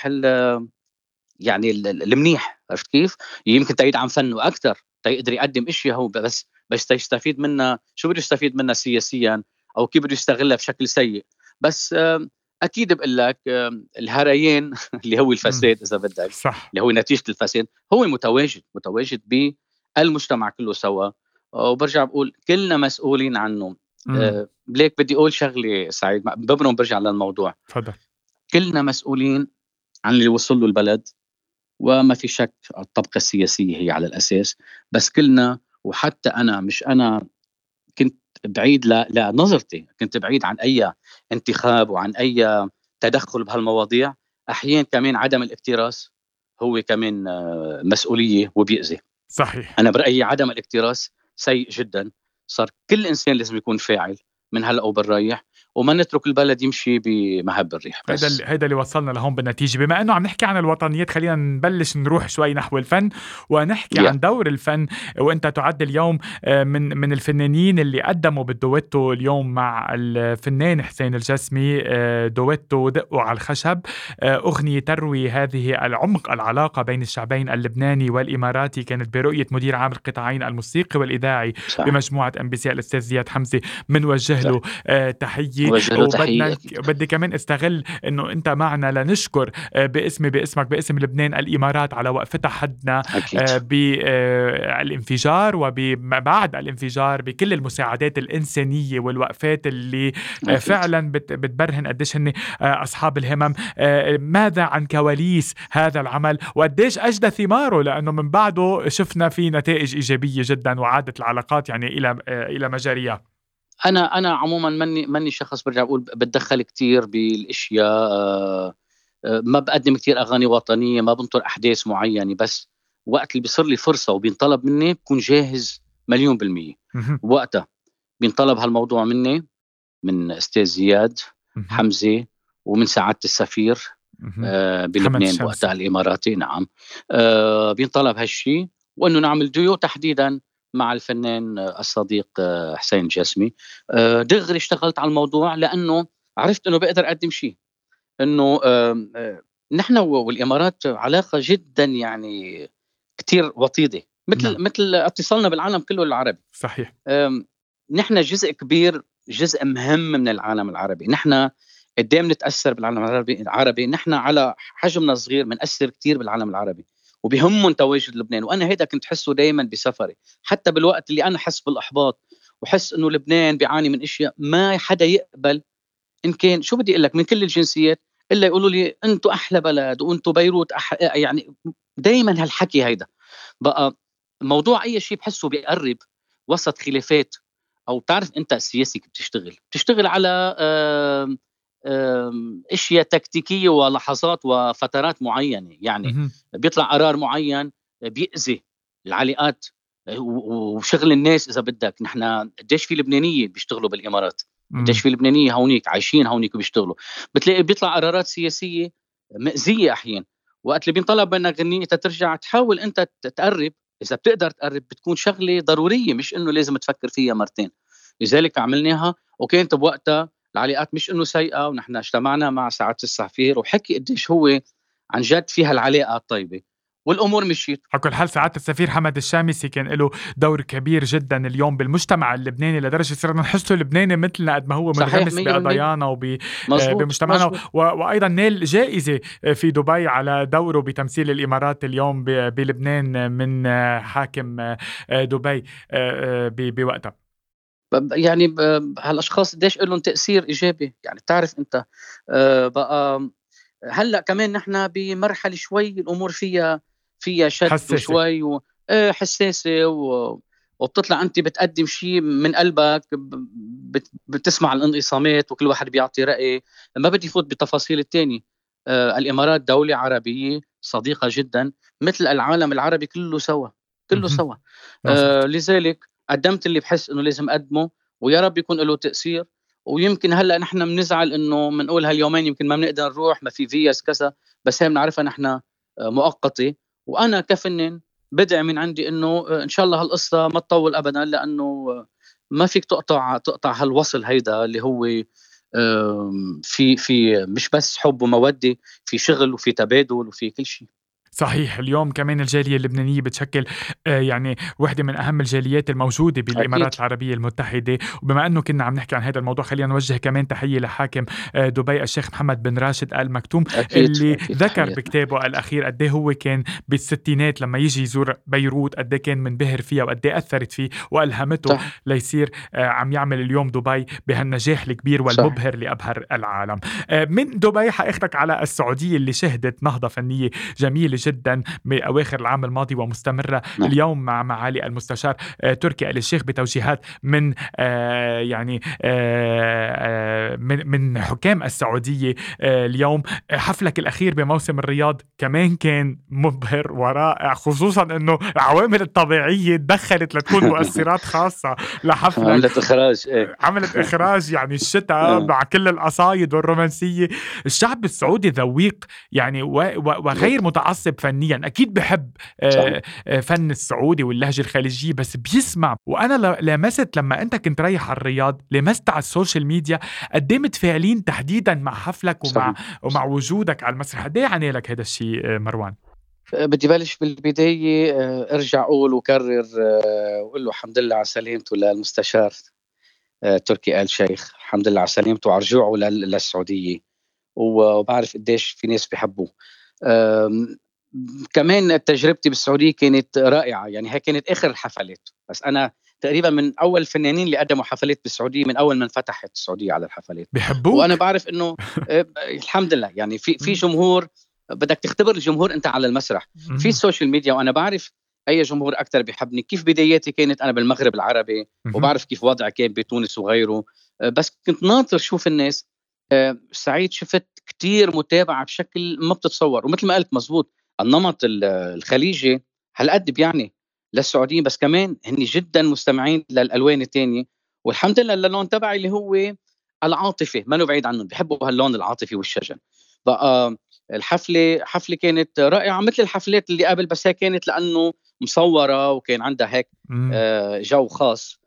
Speaker 3: يعني المنيح. عرفت كيف؟ يمكن تعيد عن فنه اكثر، تيقدر يقدم اشياء هو، بس تيستفيد منها. شو بده يستفيد منها سياسيا، او كيف بده يستغلها بشكل سيء. بس اكيد بقول لك الهريان اللي هو الفساد اذا بدك،
Speaker 1: صح.
Speaker 3: اللي هو نتيجة الفساد، هو متواجد بالمجتمع كله سوا. وبرجع بقول كلنا مسؤولين عنه. ليك بدي اقول شغله سعيد، برجع للموضوع.
Speaker 1: تفضل.
Speaker 3: كلنا مسؤولين عن اللي وصل له البلد، وما في شك الطبقة السياسية هي على الأساس. بس كلنا، وحتى أنا، مش أنا كنت بعيد لنظرتي، كنت بعيد عن أي انتخاب وعن أي تدخل بهالمواضيع. أحيان كمان عدم الاكتراث هو كمان مسؤولية وبيأذي.
Speaker 1: صحيح.
Speaker 3: أنا برأيي عدم الاكتراث سيء جدا. صار كل إنسان لازم يكون فاعل من هلأ وبالرايح، وما نترك البلد يمشي بمهب الريح. بس
Speaker 1: هيدا اللي وصلنا لهون بالنتيجة. بما أنه عم نحكي عن الوطنيات، خلينا نبلش نروح شوي نحو الفن ونحكي عن دور الفن. وأنت تعد اليوم من الفنانين اللي قدموا بالدويتو اليوم مع الفنان حسين الجسمي، دويتو دقوا على الخشب، أغنية تروي هذه العمق العلاقة بين الشعبين اللبناني والإماراتي، كانت برؤية مدير عام القطاعين الموسيقي والإذاعي بمجموعة MBC الأستاذ زياد حمزة. منوجه له تحية. بدي كمان استغل انه انت معنا لنشكر باسمك باسم لبنان الامارات على وقفتها حدنا بالانفجار وبعد الانفجار، بكل المساعدات الانسانيه والوقفات اللي فعلا بتبرهن قديش هن اصحاب الهمم. ماذا عن كواليس هذا العمل وقديش اجدى ثماره، لانه من بعده شفنا في نتائج ايجابيه جدا وعادت العلاقات يعني الى مجاريها.
Speaker 3: انا عموما ماني شخص برجع بقول بتدخل كتير بالاشياء، ما بقدم كتير اغاني وطنيه، ما بنطر احداث معينه. بس وقت اللي بيصير لي فرصه وبينطلب مني بكون جاهز 1,000,000%. وقتها بينطلب هالموضوع مني، من استاذ زياد حمزه، ومن سعاده السفير بلبنان وقتها الاماراتي. نعم. بينطلب هالشي، وانه نعمل ديو تحديدا مع الفنان الصديق حسين الجسمي. دغري اشتغلت على الموضوع، لأنه عرفت أنه بقدر أقدم شيء. أنه نحن والإمارات علاقة جدا يعني كتير وطيدة، مثل اتصالنا بالعالم كله العربي.
Speaker 1: صحيح.
Speaker 3: نحن جزء كبير، جزء مهم من العالم العربي. نحن قدام نتأثر بالعالم العربي. نحن على حجمنا صغير منأثر كتير بالعالم العربي، وبهمهم تواجد لبنان. وأنا هيدا كنت حسه دايما بسفري، حتى بالوقت اللي أنا حس بالإحباط وحس إنه لبنان بيعاني من أشياء ما حدا يقبل، إن كان شو بدي أقول لك، من كل الجنسيات، إلا يقولوا لي أنتوا أحلى بلد وأنتوا بيروت يعني دايما هالحكي هيدا. بقى موضوع أي شيء بحسه بيقرب وسط خلافات، أو بتعرف أنت السياسي بتشتغل على اشياء تكتيكيه ولحظات وفترات معينه. يعني بيطلع قرار معين بيأذي العلاقات وشغل الناس. اذا بدك، نحن قديش في لبنانيه بيشتغلوا بالامارات، قديش في لبنانيه هونيك عايشين هونيك وبيشتغلوا، بتلاقي بيطلع قرارات سياسيه مأزيه احيانا. وقت اللي بينطلب منك غنية ترجع تحاول انت تقرب، اذا بتقدر تقرب بتكون شغله ضروريه، مش انه لازم تفكر فيها مرتين. لذلك عملناها، وكانت بوقتها العلاقات مش انه سيئه. ونحن اجتمعنا مع سعاده السفير وحكي قديش هو عن جد فيها العلاقه الطيبه، والامور مشيت.
Speaker 1: على كل حال سعادة السفير حمد الشامسي كان له دور كبير جدا اليوم بالمجتمع اللبناني، لدرجة صرنا نحسه لبناني مثلنا قد ما هو منغمس بقضايانا وبمجتمعنا، وأيضا نال جائزة في دبي على دوره بتمثيل الإمارات اليوم بلبنان من حاكم دبي بوقتها.
Speaker 3: يعني هالاشخاص قديش لهم تاثير ايجابي، يعني بتعرف انت بقى هلا كمان نحن بمرحله شوي الامور فيها شد
Speaker 1: حساسة.
Speaker 3: وشوي حساسه وبتطلع انت بتقدم شيء من قلبك، بتسمع الانقسامات وكل واحد بيعطي راي. ما بدي فوت بتفاصيل التاني. الامارات دوله عربيه صديقه جدا مثل العالم العربي كله سوا لذلك قدمت اللي بحس انه لازم اقدمه، ويا رب يكون له تاثير. ويمكن هلا نحن بنزعل انه بنقول هاليومين يمكن ما بنقدر نروح، ما في فيز كذا، بس هي بنعرفها نحن مؤقته. وانا كفنان بدعي من عندي انه ان شاء الله هالقصه ما تطول ابدا، لانه ما فيك تقطع هالوصل هيدا اللي هو في مش بس حب وموده، في شغل وفي تبادل وفي كل شيء.
Speaker 1: صحيح. اليوم كمان الجالية اللبنانية بتشكل يعني واحدة من أهم الجاليات الموجودة بالإمارات العربية المتحدة. وبما أنه كنا عم نحكي عن هذا الموضوع، خلينا نوجه كمان تحية لحاكم دبي الشيخ محمد بن راشد آل مكتوم، اللي ذكر بكتابه الأخير قديه هو كان بالستينات لما يجي يزور بيروت قديه كان منبهر فيها وقديه أثرت فيه وألهمته ليصير عم يعمل اليوم دبي بهالنجاح الكبير والمبهر لأبهر العالم. من دبي حأخذك على السعودية اللي شهدت نهضة فنية جميلة جدا بأواخر العام الماضي ومستمرة اليوم مع معالي المستشار تركي آل الشيخ بتوجيهات من يعني من حكام السعودية. اليوم حفلك الأخير بموسم الرياض كمان كان مبهر ورائع، خصوصا أنه العوامل الطبيعية دخلت لتكون مؤثرات خاصة لحفلك. عملت إخراج يعني الشتاء مع كل القصايد والرومانسية. الشعب السعودي ذويق يعني وغير متعصب فنيا، أكيد بحب فن السعودي واللهجة الخليجية، بس بيسمع. وأنا لمست لما أنت كنت رايح على الرياض، لمست على السوشيال ميديا قديه متفاعلين تحديدا مع حفلك ومع وجودك على المسرح. قديه عني لك هذا الشيء مروان؟
Speaker 3: بدي بلش بالبداية ارجع أقول وكرر وقول له الحمد لله على سلامته للمستشار تركي آل شيخ، الحمد لله على سلامته وعلى رجوعه للسعودية، وبعرف قديش في ناس بيحبوه. كمان تجربتي بالسعودية كانت رائعة، يعني هي كانت آخر الحفلات، بس أنا تقريبا من أول الفنانين اللي قدموا حفلات بالسعودية من أول من فتحت السعودية على الحفلات.
Speaker 1: بيحبوك.
Speaker 3: وأنا بعرف إنه الحمد لله يعني في جمهور، بدك تختبر الجمهور أنت على المسرح في السوشيال ميديا. وأنا بعرف أي جمهور أكتر بيحبني. كيف بداياتي كانت أنا بالمغرب العربي، وبعرف كيف وضعي كان بتونس وغيره، بس كنت ناطر شوف الناس. سعيد شفت كتير متابعة بشكل ما بتتصور، ومثل ما قلت مزبوط النمط الخليجي هالقد بيعني للسعوديين، بس كمان هن جدا مستمعين للألوان التانية. والحمد لله اللون تبعي اللي هو العاطفي ما بعيد عنهم، بيحبوا هاللون العاطفي والشجن. بقى حفلة كانت رائعة مثل الحفلات اللي قبل، بس هي كانت لأنه مصورة وكان عندها هيك جو خاص.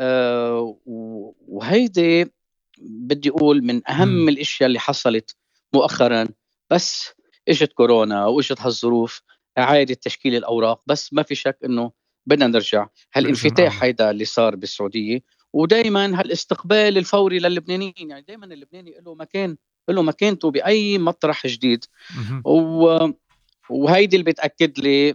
Speaker 3: وهيدي بدي أقول من أهم الأشياء اللي حصلت مؤخرا، بس إجت كورونا وإجت هالظروف إعادة تشكيل الأوراق. بس ما في شك إنه بدنا نرجع هالانفتاح هيدا اللي صار بالسعودية، ودايما هالاستقبال الفوري للبنانيين. يعني دايما اللبناني له مكانته بأي مطرح جديد. وهيدي اللي بتأكد لي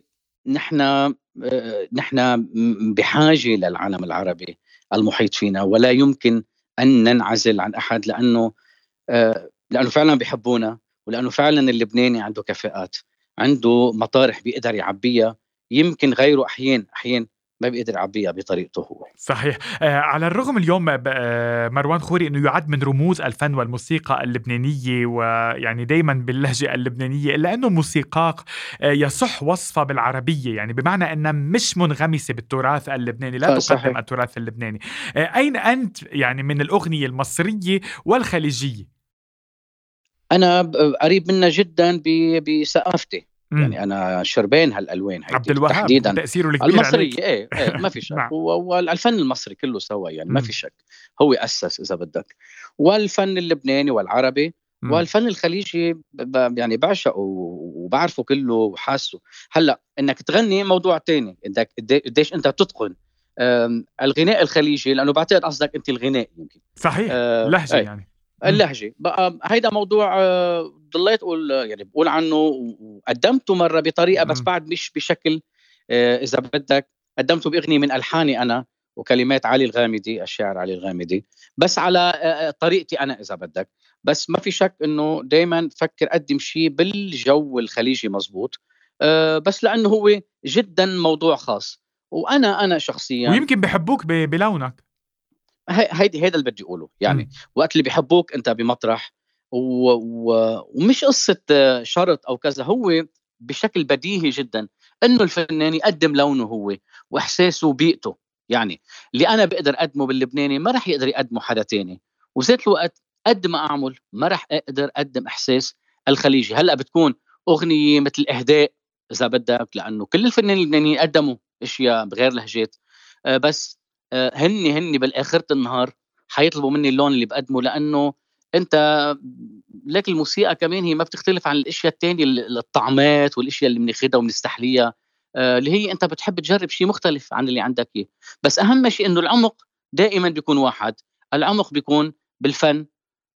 Speaker 3: نحن بحاجة للعالم العربي المحيط فينا، ولا يمكن أن ننعزل عن أحد، لأنه فعلا بيحبونا، ولأنه فعلا اللبناني عنده كفاءات، عنده مطارح بيقدر يعبيها، يمكن غيره أحيان ما بيقدر يعبيها بطريقته هو.
Speaker 1: صحيح. على الرغم اليوم مروان خوري أنه يعد من رموز الفن والموسيقى اللبنانية، ويعني دايما باللهجة اللبنانية، إلا أنه موسيقاك يصح وصفه بالعربية، يعني بمعنى أنها مش منغمسة بالتراث اللبناني، لا تقدم التراث اللبناني. أين أنت يعني من الأغنية المصرية والخليجية؟
Speaker 3: أنا قريب منها جدا بثقافتي. يعني أنا شربان هالألوان
Speaker 1: عبد الوهاب تحديدا تأثيره الكبير
Speaker 3: المصري. إيه ما في شك. والفن المصري كله سوا، يعني ما في شك هو أسس إذا بدك. والفن اللبناني والعربي والفن الخليجي يعني بعشقه وبعرفه كله وحاسه. هلا انك تغني موضوع تاني، انك قديش انت بتتقن الغناء الخليجي، لانه بعتقد قصدك انت الغناء يمكن.
Speaker 1: صحيح، لهجة يعني.
Speaker 3: اللهجة بقى هيدا موضوع ضليت اقول يعني بقول عنه وقدمته مرة بطريقة بس بعد مش بشكل اذا بدك قدمته باغنية من الحاني انا وكلمات علي الغامدي، الشاعر علي الغامدي، بس على طريقتي انا اذا بدك. بس ما في شك انه دايما فكر اقدم شيء بالجو الخليجي مزبوط، بس لانه هو جدا موضوع خاص، وانا شخصيا
Speaker 1: ويمكن بحبوك بلونك.
Speaker 3: هيدا اللي بدي اقوله يعني. وقت اللي بيحبوك انت بمطرح ومش قصة شرط او كذا، هو بشكل بديهي جدا انه الفنان يقدم لونه هو واحساسه وبيئته. يعني اللي انا بقدر اقدمه باللبناني ما رح يقدر يقدمه حدا تاني، وذات الوقت قد ما اعمل ما رح اقدر اقدم احساس الخليجي. هلا بتكون اغنية مثل اهداء اذا بدك، لانه كل الفنانين اللبنانيين قدموا اشياء بغير لهجات، بس هني بالاخر النهار حيطلبوا مني اللون اللي بقدمه، لانه انت لك الموسيقى كمان هي ما بتختلف عن الاشياء التانية، الطعمات والاشياء اللي بناخدها وبنستحليها، اللي هي انت بتحب تجرب شيء مختلف عن اللي عندك اياه. بس اهم شيء انه العمق دائما بيكون واحد، العمق بيكون بالفن،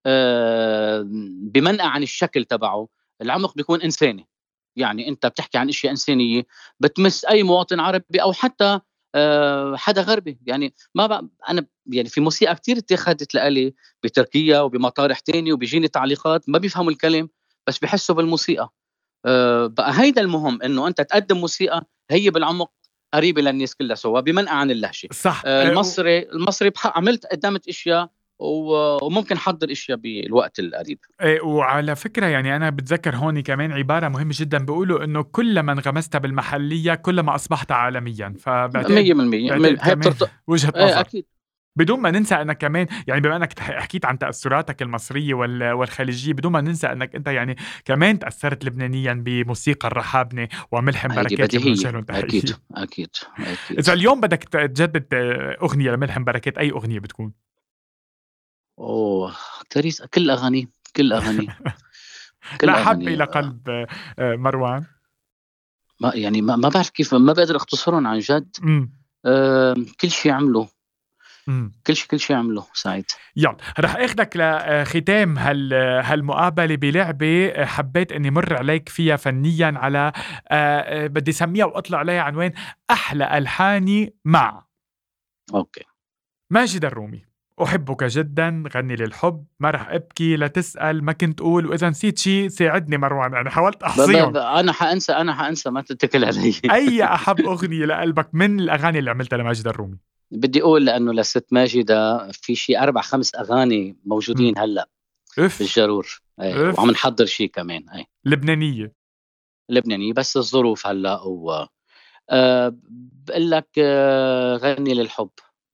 Speaker 3: بمنأى عن الشكل تبعه. العمق بيكون انساني، يعني انت بتحكي عن اشياء انسانيه بتمس اي مواطن عربي او حتى حدا غربي. يعني ما بقى انا يعني في موسيقى كتير اتخذت لالي بتركيا وبمطارح تاني وبيجيني تعليقات ما بيفهموا الكلم بس بيحسوا بالموسيقى. بقى هيدا المهم، انه انت تقدم موسيقى هي بالعمق قريبه للناس كلها سوا بمنأى عن اللهجه.
Speaker 1: صح.
Speaker 3: المصري قدمت اشياء وممكن حضر اشياء بالوقت القريب.
Speaker 1: وعلى فكرة يعني أنا بتذكر هون كمان عبارة مهمة جدا، بيقولوا إنه كلما انغمست بالمحلية كلما أصبحت عالميا.
Speaker 3: 100% هي بترتق
Speaker 1: وجهة نظر.
Speaker 3: اكيد.
Speaker 1: بدون ما ننسى أنك كمان يعني بما أنك حكيت عن تأثراتك المصرية والخليجية، بدون ما ننسى أنك أنت يعني كمان تأثرت لبنانيا بموسيقى الرحابنة وملحم بركات اللي بنوجه لهم تحية.
Speaker 3: أكيد.
Speaker 1: إذا اليوم بدك تجدد أغنية لملحم بركات، أي أغنية بتكون؟
Speaker 3: تريس كل أغاني
Speaker 1: لا حب إلى قلب مروان.
Speaker 3: ما يعني ما بعرف كيف، ما بقدر اختصرهم عن جد. كل شيء عمله، كل شيء عمله سعيد.
Speaker 1: يلا رح اخدك لختام هالمقابله بلعبه حبيت اني مر عليك فيها فنيا، على بدي سميها واطلع عليها عنوان احلى الحاني مع
Speaker 3: اوكي
Speaker 1: ماجد الرومي. أحبك جدا، غني للحب، ما رح أبكي، لا تسأل، ما كنت أقول، وإذا نسيت شيء ساعدني مروان، أنا حاولت أحصيهم.
Speaker 3: أنا حأنسى ما تتكل علي.
Speaker 1: أي أحب أغنية لقلبك من الأغاني اللي عملتها لماجد الرومي؟
Speaker 3: بدي أقول لأنه لست ماجدة في شيء 4-5 أغاني موجودين هلأ بالجرور، وعم نحضر شيء كمان لبنانية بس الظروف هلأ بقول لك غني للحب.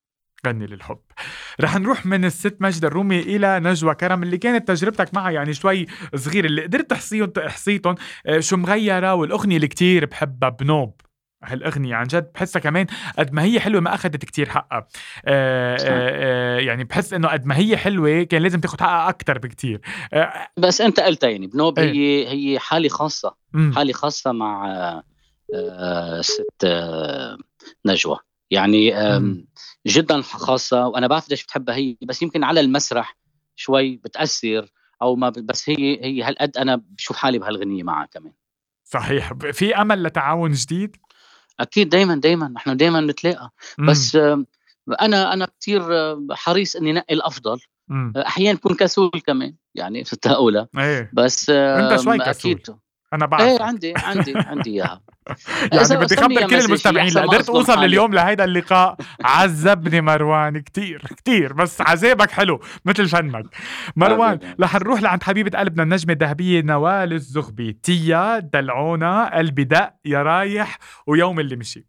Speaker 1: رح نروح من الست ماجدة الرومي إلى نجوى كرم، اللي كانت تجربتك معها يعني شوي صغير، اللي قدرت تحصيتهم شو مغيرة، والأغنية اللي كتير بحبها بنوب. هالأغنية عن جد بحسها كمان قد ما هي حلوة ما أخذت كتير حقها. يعني بحس إنه قد ما هي حلوة كان لازم تاخد حقها أكتر بكتير.
Speaker 3: بس أنت قلت يعني بنوب هي حالة خاصة مع ست نجوى يعني جدا خاصة، وأنا بعرف ليش بتحبها هي، بس يمكن على المسرح شوي بتأثر أو ما بس هي هالقد أنا بشوف حالي بهالغنية معها كمان.
Speaker 1: صحيح. في أمل لتعاون جديد؟
Speaker 3: أكيد دايما نحن دايما نتلاقى، بس أنا كتير حريص إني نقي الأفضل. أحيانا بكون كسول كمان يعني في التقولة. بس
Speaker 1: أنت شوي كسول، أنا بعرف.
Speaker 3: عندي إياها.
Speaker 1: يعني بدي خبر كل المستمعين قدرت أوصل لليوم لهيدا اللقاء. عذبني مروان كتير بس عذابك حلو مثل فنك مروان. رح نروح لعند حبيبة قلبنا النجمة الذهبية نوال الزغبي. تيا، دلعونا، قلبي دق، يا رايح، ويوم اللي مشي.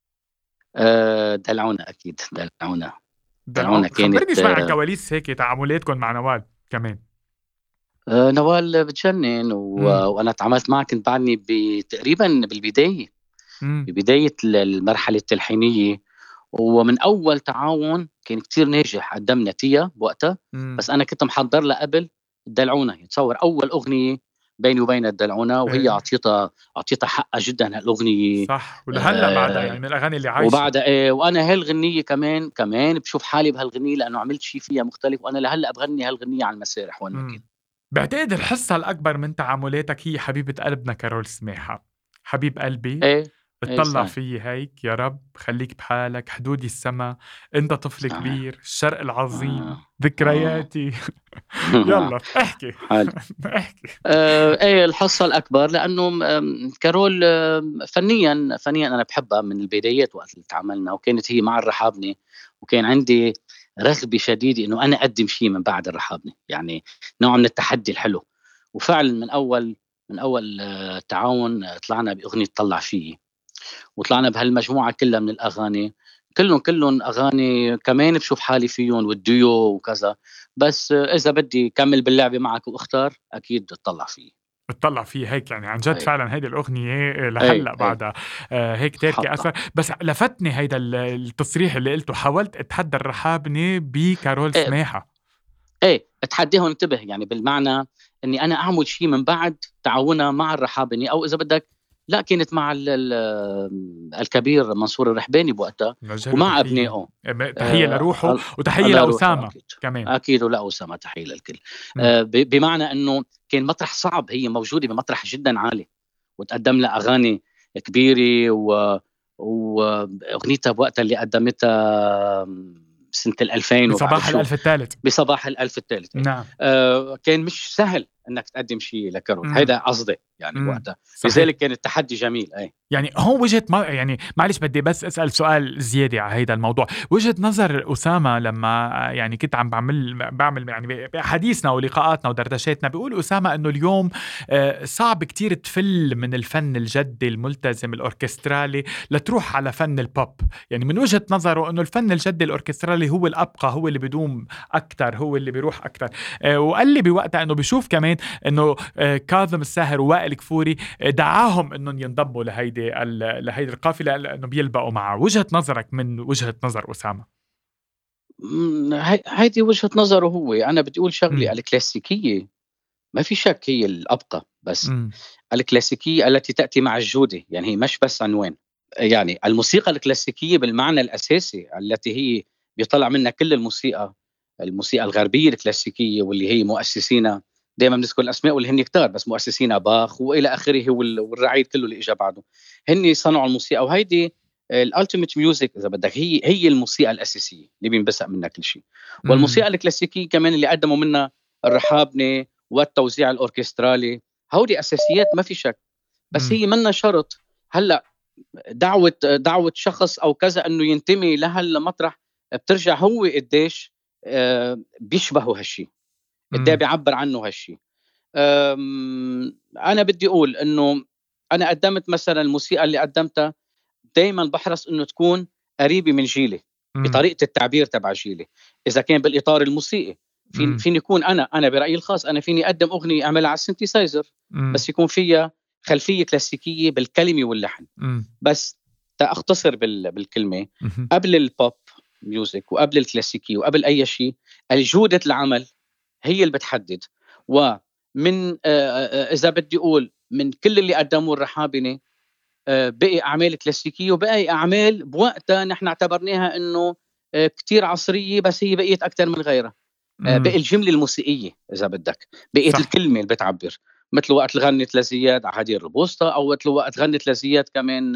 Speaker 3: دلعونا أكيد دلعونا
Speaker 1: كانت. خبرني شوي عن كواليس هيك تعاملاتكم مع نوال كمان.
Speaker 3: نوال بتجنن وأنا تعاملت معها كنت بعدني تقريبا ببداية المرحلة التلحينية، ومن أول تعاون كان كتير ناجح. قدمنا تيا بوقتها، بس أنا كنت محضر لها قبل دلعونا. يتصور أول أغنية بيني وبين الدلعونة، وهي أعطيتها حقها جدا هالأغنية.
Speaker 1: صح، ولهلا بعدها يعني من الأغاني اللي عايشة.
Speaker 3: وبعدها وأنا هالغنية كمان بشوف حالي بهالغنية، لأنه عملت شيء فيها مختلف، وأنا لهلا بغني هالغنية على المسارح وين ما كنت.
Speaker 1: بعتقد الحصة الأكبر من تعاملاتك هي حبيبة قلبنا كارول سماحة. حبيب قلبي اطلع فيي هيك، يا رب خليك بحالك، حدودي السما، انت طفل كبير، الشرق العظيم، ذكرياتي. يلا احكي. احكي.
Speaker 3: الحصة الأكبر لأنه كارول فنيا أنا بحبها من البدايات وقت اللي تعاملنا، وكانت هي مع الرحابنة، وكان عندي رغبة شديدة إنه أنا أقدم شيء من بعد الرحابنة، يعني نوع من التحدي الحلو. وفعلا من أول تعاون طلعنا بأغنية طلع فيي، وطلعنا بهالمجموعة كلها من الأغاني، كلهم أغاني كمان بشوف حالي فيهم والديو وكذا. بس إذا بدي كمل باللعبة معك واختار، أكيد
Speaker 1: بتطلع فيه هيك، يعني عن جد فعلا هيدي الأغنية لهلأ بعدها هيك تاركي أثر. بس لفتني هيدا التصريح اللي قلته، حاولت أتحدى الرحابنة بكارول سماحة.
Speaker 3: اتحديهم، انتبه، يعني بالمعنى أني أنا أعمل شيء من بعد تعاونها مع الرحابنة، أو إذا بدك لا كانت مع الكبير منصور الرحباني بوقتها ومع أبنائه.
Speaker 1: تحية لروحه وتحية لأسامة كمان.
Speaker 3: أكيد، ولا أسامة تحية للكل. بمعنى أنه كان مطرح صعب، هي موجودة بمطرح جدا عالي، وتقدم لها أغاني كبيرة، وأغنيتها بوقتها اللي قدمتها سنة 2000 بصباح الألف الثالث.
Speaker 1: نعم.
Speaker 3: كان مش سهل انك تقدم شيء لكارول، هيدا قصدي يعني وقتها، لذلك كان التحدي جميل.
Speaker 1: يعني هون يعني معلش بدي بس اسال سؤال زياده على هيدا الموضوع. وجهه نظر اسامه لما يعني كنت عم بعمل يعني بحديثنا ولقاءاتنا ودردشاتنا، بيقول اسامه انه اليوم صعب كتير تفل من الفن الجدي الملتزم الاوركسترالي لتروح على فن البوب. يعني من وجهه نظره انه الفن الجدي الاوركسترالي هو الابقى، هو اللي بدوم اكثر، هو اللي بيروح اكثر. وقال لي بوقتها انه بيشوف كمان انه كاظم الساهر ووائل كفوري دعاهم انهم ينضموا لهيدي القافله لانه بيلبقوا معه. وجهه نظرك من وجهه نظر اسامه؟
Speaker 3: هيدي وجهه نظره هو. انا بدي اقول شغله، الكلاسيكيه ما في شك هي الابقى، بس الكلاسيكيه التي تاتي مع الجوده، يعني هي مش بس عنوان. يعني الموسيقى الكلاسيكيه بالمعنى الاساسي التي هي بيطلع منها كل الموسيقى الغربيه الكلاسيكيه، واللي هي مؤسسينا دائما بنذكر الاسماء واللي هن كتار، بس مؤسسينا باخ والى اخره، والرعيد كله اللي اجى بعده، هن صنعوا الموسيقى. وهيدي الالتيميت ميوزك اذا بدك، هي الموسيقى الاساسيه اللي بينبثق منها كل شيء. والموسيقى الكلاسيكيه كمان اللي قدموا منها الرحابنه والتوزيع الاوركسترالي، هودي اساسيات ما في شك، بس هي منا شرط. هلا دعوه شخص او كذا انه ينتمي لهالمطرح، بترجع هو قديش بيشبهوا هالشيء، قد بيعبر عنه هالشيء. أنا بدي أقول إنه أنا قدمت مثلا الموسيقى اللي قدمتها دايما بحرص إنه تكون قريبة من جيلي بطريقة التعبير تبع جيلي. إذا كان بالإطار الموسيقي فيني يكون أنا برأيي الخاص أنا فيني أقدم أغنية أعملها على السنتيسايزر، بس يكون فيها خلفية كلاسيكية بالكلمة واللحن. بس تأختصر بالكلمة، قبل البوب ميوزك وقبل الكلاسيكي وقبل أي شيء، الجودة العمل هي اللي بتحدد. ومن إذا بدي أقول من كل اللي قدموا الرحابنة، بقي أعمال كلاسيكية وبقي أعمال بوقتها نحن اعتبرناها إنه كتير عصرية، بس هي بقيت أكتر من غيرها. بقي الجملة الموسيقية إذا بدك، بقيت الكلمة اللي بتعبر، مثل وقت غنت لزياد عهدير البوسطة، أو مثل وقت غنت لزياد كمان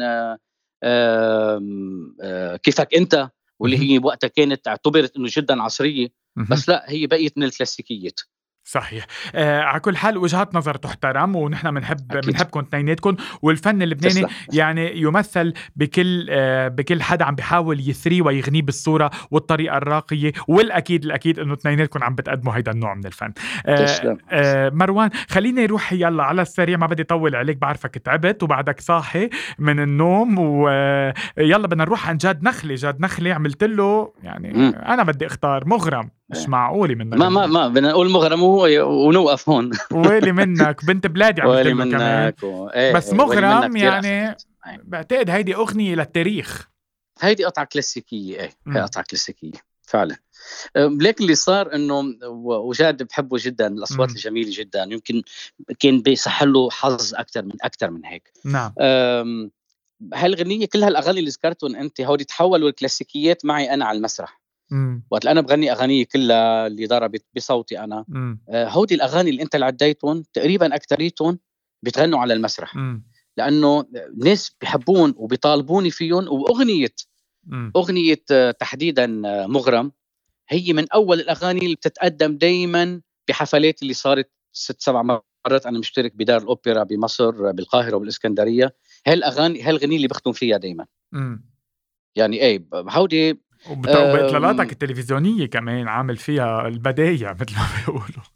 Speaker 3: كيفك أنت، واللي هي وقتها كانت اعتبرت إنه جدا عصرية، بس لا هي بقيت من الكلاسيكيات.
Speaker 1: صحيح. على كل حال وجهات نظر تحترم، ونحن بنحبكم اثنيناتكم، والفن اللبناني يعني يمثل بكل حدا عم بيحاول يثري ويغني بالصورة والطريقة الراقية، والأكيد انه اثنيناتكم عم بتقدموا هيدا النوع من الفن. مروان، خليني نروح يلا على السريع، ما بدي طول عليك، بعرفك تعبت وبعدك صاحي من النوم، ويلا بدنا نروح عن جاد نخلي عملت له يعني انا بدي اختار مغرم، مش معقولي منك
Speaker 3: ما بدنا نقول مغرم ونوقف هون.
Speaker 1: ويلي منك بنت بلادي عملت له كمان بس مغرم يعني بعتقد هيدي أغنية للتاريخ.
Speaker 3: هيدي قطعة كلاسيكية. هي قطعة كلاسيكية فعلا. لكن اللي صار انه وجاد بحبه جدا، الاصوات الجميله جدا، يمكن كان بيصح له حظ اكثر من هيك.
Speaker 1: نعم.
Speaker 3: هالغنيه كل هالاغاني اللي ذكرتهم انت هودي تحولوا الكلاسيكيات معي انا على المسرح. وقت انا بغني اغاني كلها اللي ضربت بصوتي انا، هودي الاغاني اللي انت اللي عديتهم تقريبا اكثريتهم بتغنوا على المسرح. لانه ناس بيحبون وبيطالبوني فيهم. واغنيه تحديدا مغرم هي من اول الاغاني اللي بتتقدم دائما بحفلات اللي صارت 6-7 مرات. انا مشترك بدار الاوبرا بمصر بالقاهره وبالاسكندريه. هالغنية اللي بختم فيها دائما. يعني هودي
Speaker 1: وبإطلالاتك التلفزيونيه كمان عامل فيها البدايع مثل ما بيقولوا.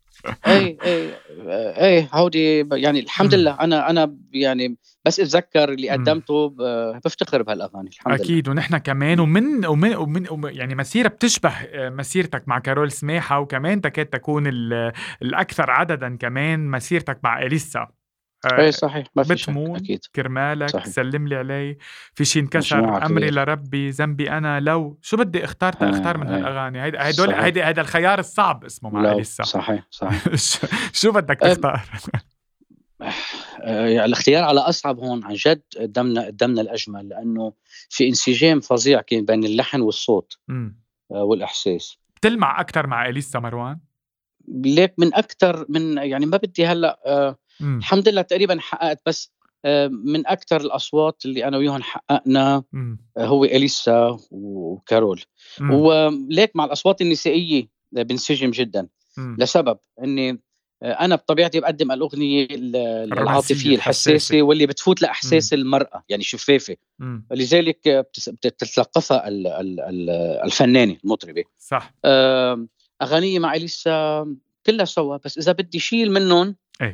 Speaker 3: اي هودي يعني الحمد لله. انا يعني بس اتذكر اللي قدمته بفتخر بهالاغاني الحمد
Speaker 1: اكيد
Speaker 3: لله.
Speaker 1: ونحن كمان ومن يعني مسيره بتشبه مسيرتك مع كارول سماحه، وكمان تكاد تكون الاكثر عددا كمان مسيرتك مع إليسا.
Speaker 3: اي صحيح، ما في شك.
Speaker 1: بتمون
Speaker 3: اكيد
Speaker 1: كرمالك
Speaker 3: صحيح.
Speaker 1: سلم لي علي، في شي انكسر، امري لربي، ذنبي انا، لو شو بدي اختار من هالاغاني هيدا الخيار الصعب اسمه مع إليسا.
Speaker 3: صحيح
Speaker 1: شو بدك تختار؟
Speaker 3: الاختيار على أصعب هون عن جد. قدمنا الأجمل، لأنه في انسجام فظيع كان بين اللحن والصوت والإحساس.
Speaker 1: بتلمع أكتر مع إليسا مروان؟
Speaker 3: ليك من أكتر من يعني ما بدي هلأ الحمد لله تقريبا حققت، بس من أكتر الأصوات اللي أنا وياهم حققنا هو إليسا وكارول. وليك مع الأصوات النسائية بنسجم جدا لسبب أني أنا بطبيعتي بقدم الأغنية العاطفية الحساسة واللي بتفوت لأحساس المرأة، يعني شفافة. لذلك بتتلقفها الفنانة المطربة.
Speaker 1: صح.
Speaker 3: أغانية مع إليسا كلها سوا، بس إذا بدي شيل منهم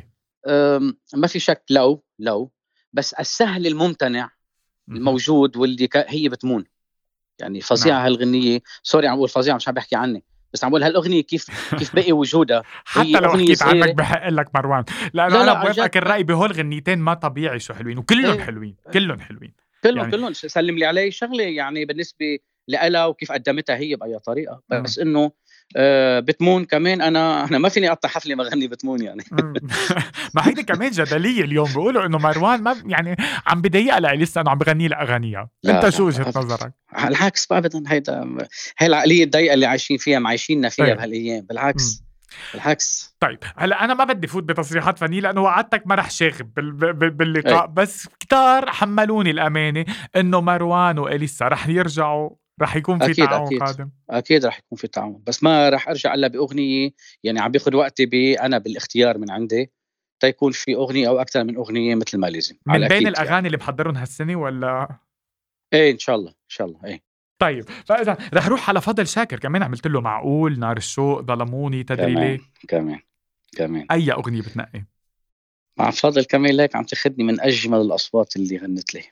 Speaker 3: ما في شك لو بس السهل الممتنع الموجود واللي هي بتمون. يعني فظيعة هالغنية. سوري عم بقول فظيعة، مش عم بحكي عني، بس عم بقول هالأغنية كيف بقي وجودها.
Speaker 1: حتى لو حكيت عنك بحق لك مروان، لأنه أنا بوافقك الرأي بهول غنيتين ما طبيعي شو حلوين، وكلهم حلوين
Speaker 3: كلهم سلم لي علي شغلة يعني بالنسبة لها وكيف قدمتها هي بأي طريقة. بس إنه بتمون كمان أنا ما فيني أقطع حفلة ما غني بتمون يعني.
Speaker 1: ما هيدي كمان جدلية اليوم، بيقولوا إنه مروان ما يعني عم بضيق لها لسه إنه عم بغني لها أغانيها. أنت شو وجهة نظرك؟
Speaker 3: العكس أبدا. هاي العقلية الضيقة اللي عايشيننا فيها بهالأيام. بالعكس.
Speaker 1: طيب هلا انا ما بدي فوت بتصريحات فنيه لانه وعدتك ما رح شاغب باللقاء. بس كتار حملوني الامانه انه مروان وإليسا رح يرجعوا، رح يكون في تعاون قادم.
Speaker 3: اكيد رح يكون في تعاون، بس ما رح ارجع الا باغنيه. يعني عم بياخذ وقتي انا بالاختيار من عندي تيكون في اغنيه او اكثر من اغنيه مثل ما لازم
Speaker 1: من بين الاغاني يعني اللي محضرهم هالسنه ولا
Speaker 3: ايه ان شاء الله ايه.
Speaker 1: طيب فاذا رح روح على فضل شاكر كمان، عملت له معقول، نار الشوق، ظلموني، تدري ليه
Speaker 3: كمان
Speaker 1: اي اغنيه بتنقي
Speaker 3: مع فضل كمان؟ ليك عم تاخذني من اجمل الاصوات اللي غنت لي.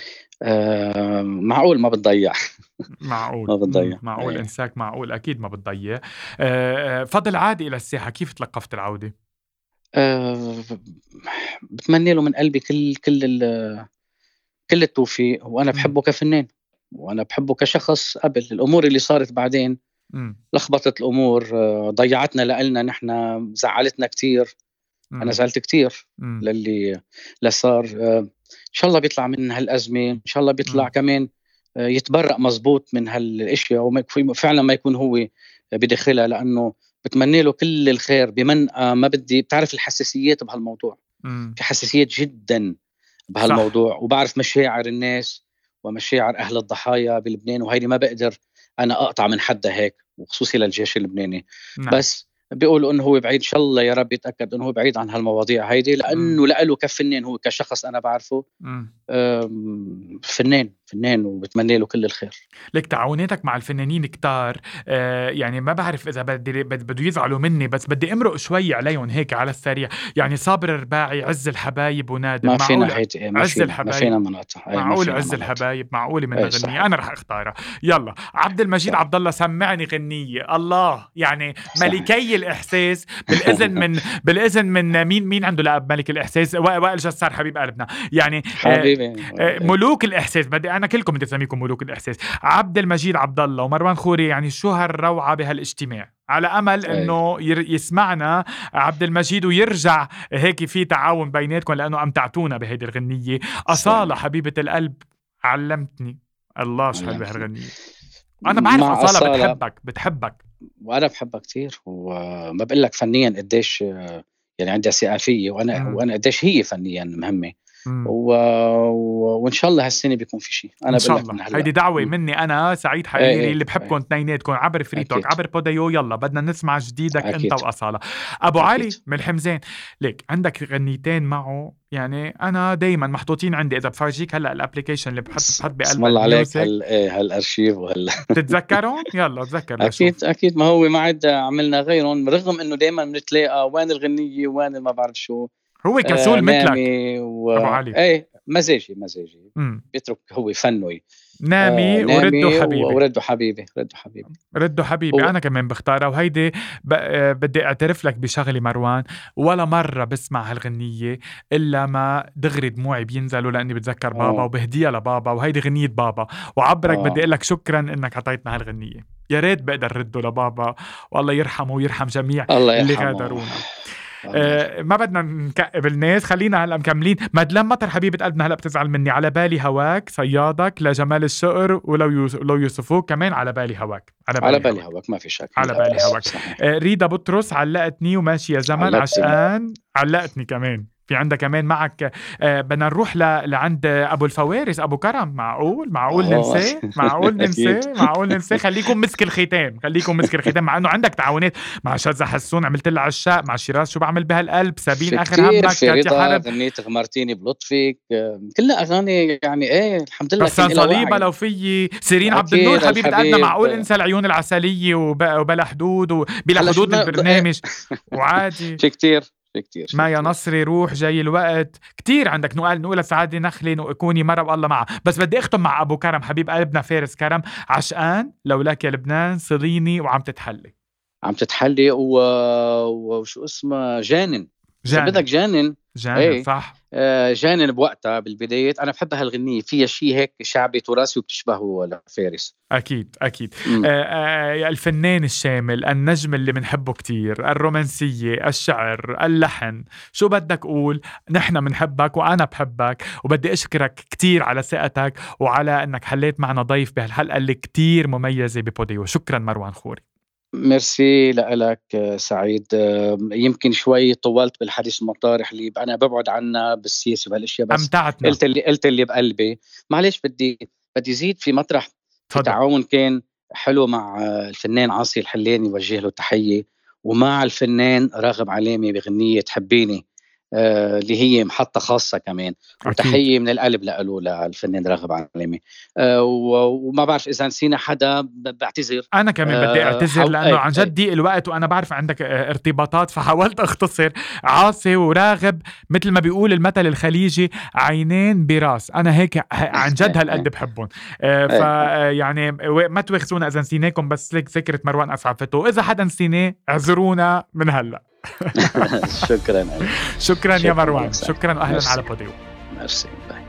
Speaker 3: معقول ما بتضيع.
Speaker 1: معقول
Speaker 3: ما بتضيع.
Speaker 1: معقول
Speaker 3: ايه.
Speaker 1: انساك معقول اكيد ما بتضيع. فضل عادي الى الساحه، كيف تلقفت العوده؟
Speaker 3: بتمنى له من قلبي كل التوفيق، وانا بحبه كفنان وانا بحبه كشخص. قبل الامور اللي صارت بعدين لخبطت الامور، ضيعتنا لنا نحن، زعلتنا كتير. انا زعلت كتير للي صار. ان شاء الله بيطلع من هالازمه، ان شاء الله بيطلع كمان يتبرأ مزبوط من هالاشياء، وفعلا ما يكون هو بداخلها، لانه بتمنى له كل الخير. بمن ما بدي، بتعرف الحساسيات بهالموضوع، في حساسيات جدا بهالموضوع. وبعرف مشاعر الناس ومشاعر أهل الضحايا بلبنان، وهيدي ما بقدر أنا أقطع من حدا هيك، وخصوصي للجيش اللبناني. بس بيقولوا إنه هو بعيد، إن شاء الله يا رب يتأكد إنه هو بعيد عن هالمواضيع هيدي، لأنه لقاله كفنان، هو كشخص أنا بعرفه فنان وبتمنى له كل الخير.
Speaker 1: لك تعاوناتك مع الفنانين كتار، يعني ما بعرف إذا بدو يزعلوا مني، بس بدي أمرق شوي عليهم هيك على السريع. يعني صابر الرباعي، عز الحبايب ونادر،
Speaker 3: ما فينا
Speaker 1: عز الحبايب،
Speaker 3: ما فينا مناطق.
Speaker 1: معقول عز الحبايب، معقول من غنية. أنا رح أختارها. يلا عبد المجيد عبد الله، سمعني غنية الله، يعني ملكي الإحساس. بالإذن من مين عنده لقب ملك الإحساس؟ وائل جسار حبيب قلبنا، يعني
Speaker 3: حبيبي.
Speaker 1: ملوك الإحساس. بدي مستمعينا كلكم بدي اسميكم ملوك الاحساس. عبد المجيد عبد الله ومروان خوري، يعني شو هالروعه بهالاجتماع، على امل انه يسمعنا عبد المجيد ويرجع هيك في تعاون بيناتكم، لانه امتعتونا بهيدي الغنيه. أصالة حبيبه القلب علمتني الله شو حلوه هالغنيه. انا بعرف أصالة بتحبك
Speaker 3: وانا بحبها كتير، وما بقول لك فنيا قديش يعني عندها ثقة فيي، وانا قديش هي فنيا مهمه، وان شاء الله هالسنه بيكون في شيء. انا بقول لك من هلا
Speaker 1: هيدي دعوه مني انا سعيد حريري اللي بحبكم اثنيناتكم عبر فري توك عبر بوديو. يلا بدنا نسمع جديدك انت وأصالة. ابو علي من الحمزان، ليك عندك غنيتين معه يعني انا دايما محطوطين عندي، اذا بفرجيك هلا الابلكيشن اللي بحط بقلب
Speaker 3: بسم الله عليك هالارشيف
Speaker 1: تتذكرون؟ يلا تذكر.
Speaker 3: اكيد ما هو ما عاد عملنا غيرهم، رغم انه دايما بنتلاقى وين الغنيه وين ما بعرف شو.
Speaker 1: هو كسول مثلك ابو علي.
Speaker 3: ايه مزاجي بيترك هو فنوي.
Speaker 1: نامي
Speaker 3: وردوا حبيبي
Speaker 1: انا كمان بختارها. وهيدي بدي اعترف لك بشغلي مروان، ولا مره بسمع هالغنيه الا ما دغري دموعي بينزلوا، لاني بتذكر بابا وبهديها لبابا، وهيدي غنيه بابا. وعبرك بدي اقول لك شكرا انك عطيتنا هالغنيه، يا ريت بقدر رده لبابا، والله يرحمه ويرحم جميع اللي غادرونا. ما بدنا نكئب الناس، خلينا هلا مكملين. مدلن مطر حبيبة قلبنا هلا بتزعل مني، على بالي هواك صيادك لجمال الشقر، ولو يوسفوك كمان على بالي هواك.
Speaker 3: على بالي هواك ما في شك،
Speaker 1: على بالي هواك. ريدا بطرس علقتني وماشي يا زمن عشقان علقتني كمان. في عندك كمان معك بدنا نروح لعند أبو الفوارس أبو كرم. معقول ننسى خليكم مسك الختام مع أنه عندك تعاونات مع شاذة حسون، عملت لها عشاق مع شيراز شو بعمل بهالقلب، سابين آخر همك،
Speaker 3: كاتي حرب، غنيت غمرتيني بلطفك، كلها أغاني يعني الحمد لله.
Speaker 1: بس صليبة لو في سيرين عبد النور حبيبة قلبنا، معقول انسى العيون العسلية وبلا حدود وبلا حدود البرنامج وعادي
Speaker 3: في كتير
Speaker 1: ما يا نصري روح جاي الوقت كتير عندك. نقول سعادة نخلي كوني مرة والله معه. بس بدي اختم مع أبو كرم حبيب قلبنا فارس كرم، عشقان لولاك يا لبنان صليني وعم تتحلي
Speaker 3: وشو اسمه جانن. بدك جانن
Speaker 1: صح.
Speaker 3: جانن بوقتها بالبداية أنا بحب هالغنية، فيها شيء هيك شعبي تراثي وبتشبهه لفارس.
Speaker 1: أكيد الفنان الشامل، النجم اللي بنحبه كتير، الرومانسية، الشعر، اللحن، شو بدك قول، نحن بنحبك وأنا بحبك، وبدي أشكرك كتير على ثقتك وعلى أنك حليت معنا ضيف بهالحلقة اللي كتير مميزة ببوديو. شكرا مروان خوري.
Speaker 3: ميرسي لك سعيد. يمكن شوي طولت بالحديث المطارح اللي أنا ببعد عنها بالسياسة وهالاشياء، بس
Speaker 1: أمتعتنا.
Speaker 3: قلت اللي بقلبي. معليش بدي زيد في مطرح في تعاون كان حلو مع الفنان عاصي الحلاني، وجه له تحية، ومع الفنان راغب علامي بغنية تحبيني اللي هي محطة خاصة كمان. وتحية من القلب للفنان راغب علامي. وما بعرف إذا نسينا حدا بعتذر.
Speaker 1: أنا كمان بدي أعتذر لأنه عن جد ضيق الوقت وأنا بعرف عندك ارتباطات، فحاولت أختصر. عاصي وراغب مثل ما بيقول المثل الخليجي عينين براس، أنا هيك عن جد هالقد بحبهم. فيعني ما توخسونا إذا نسيناكم، بس لك ذكرت مروان أسعفته، إذا حدا نسيناه اعذرونا من هلأ.
Speaker 3: شكرا
Speaker 1: يا مروان، شكرا وأهلا على بوديو.
Speaker 3: ميرسي.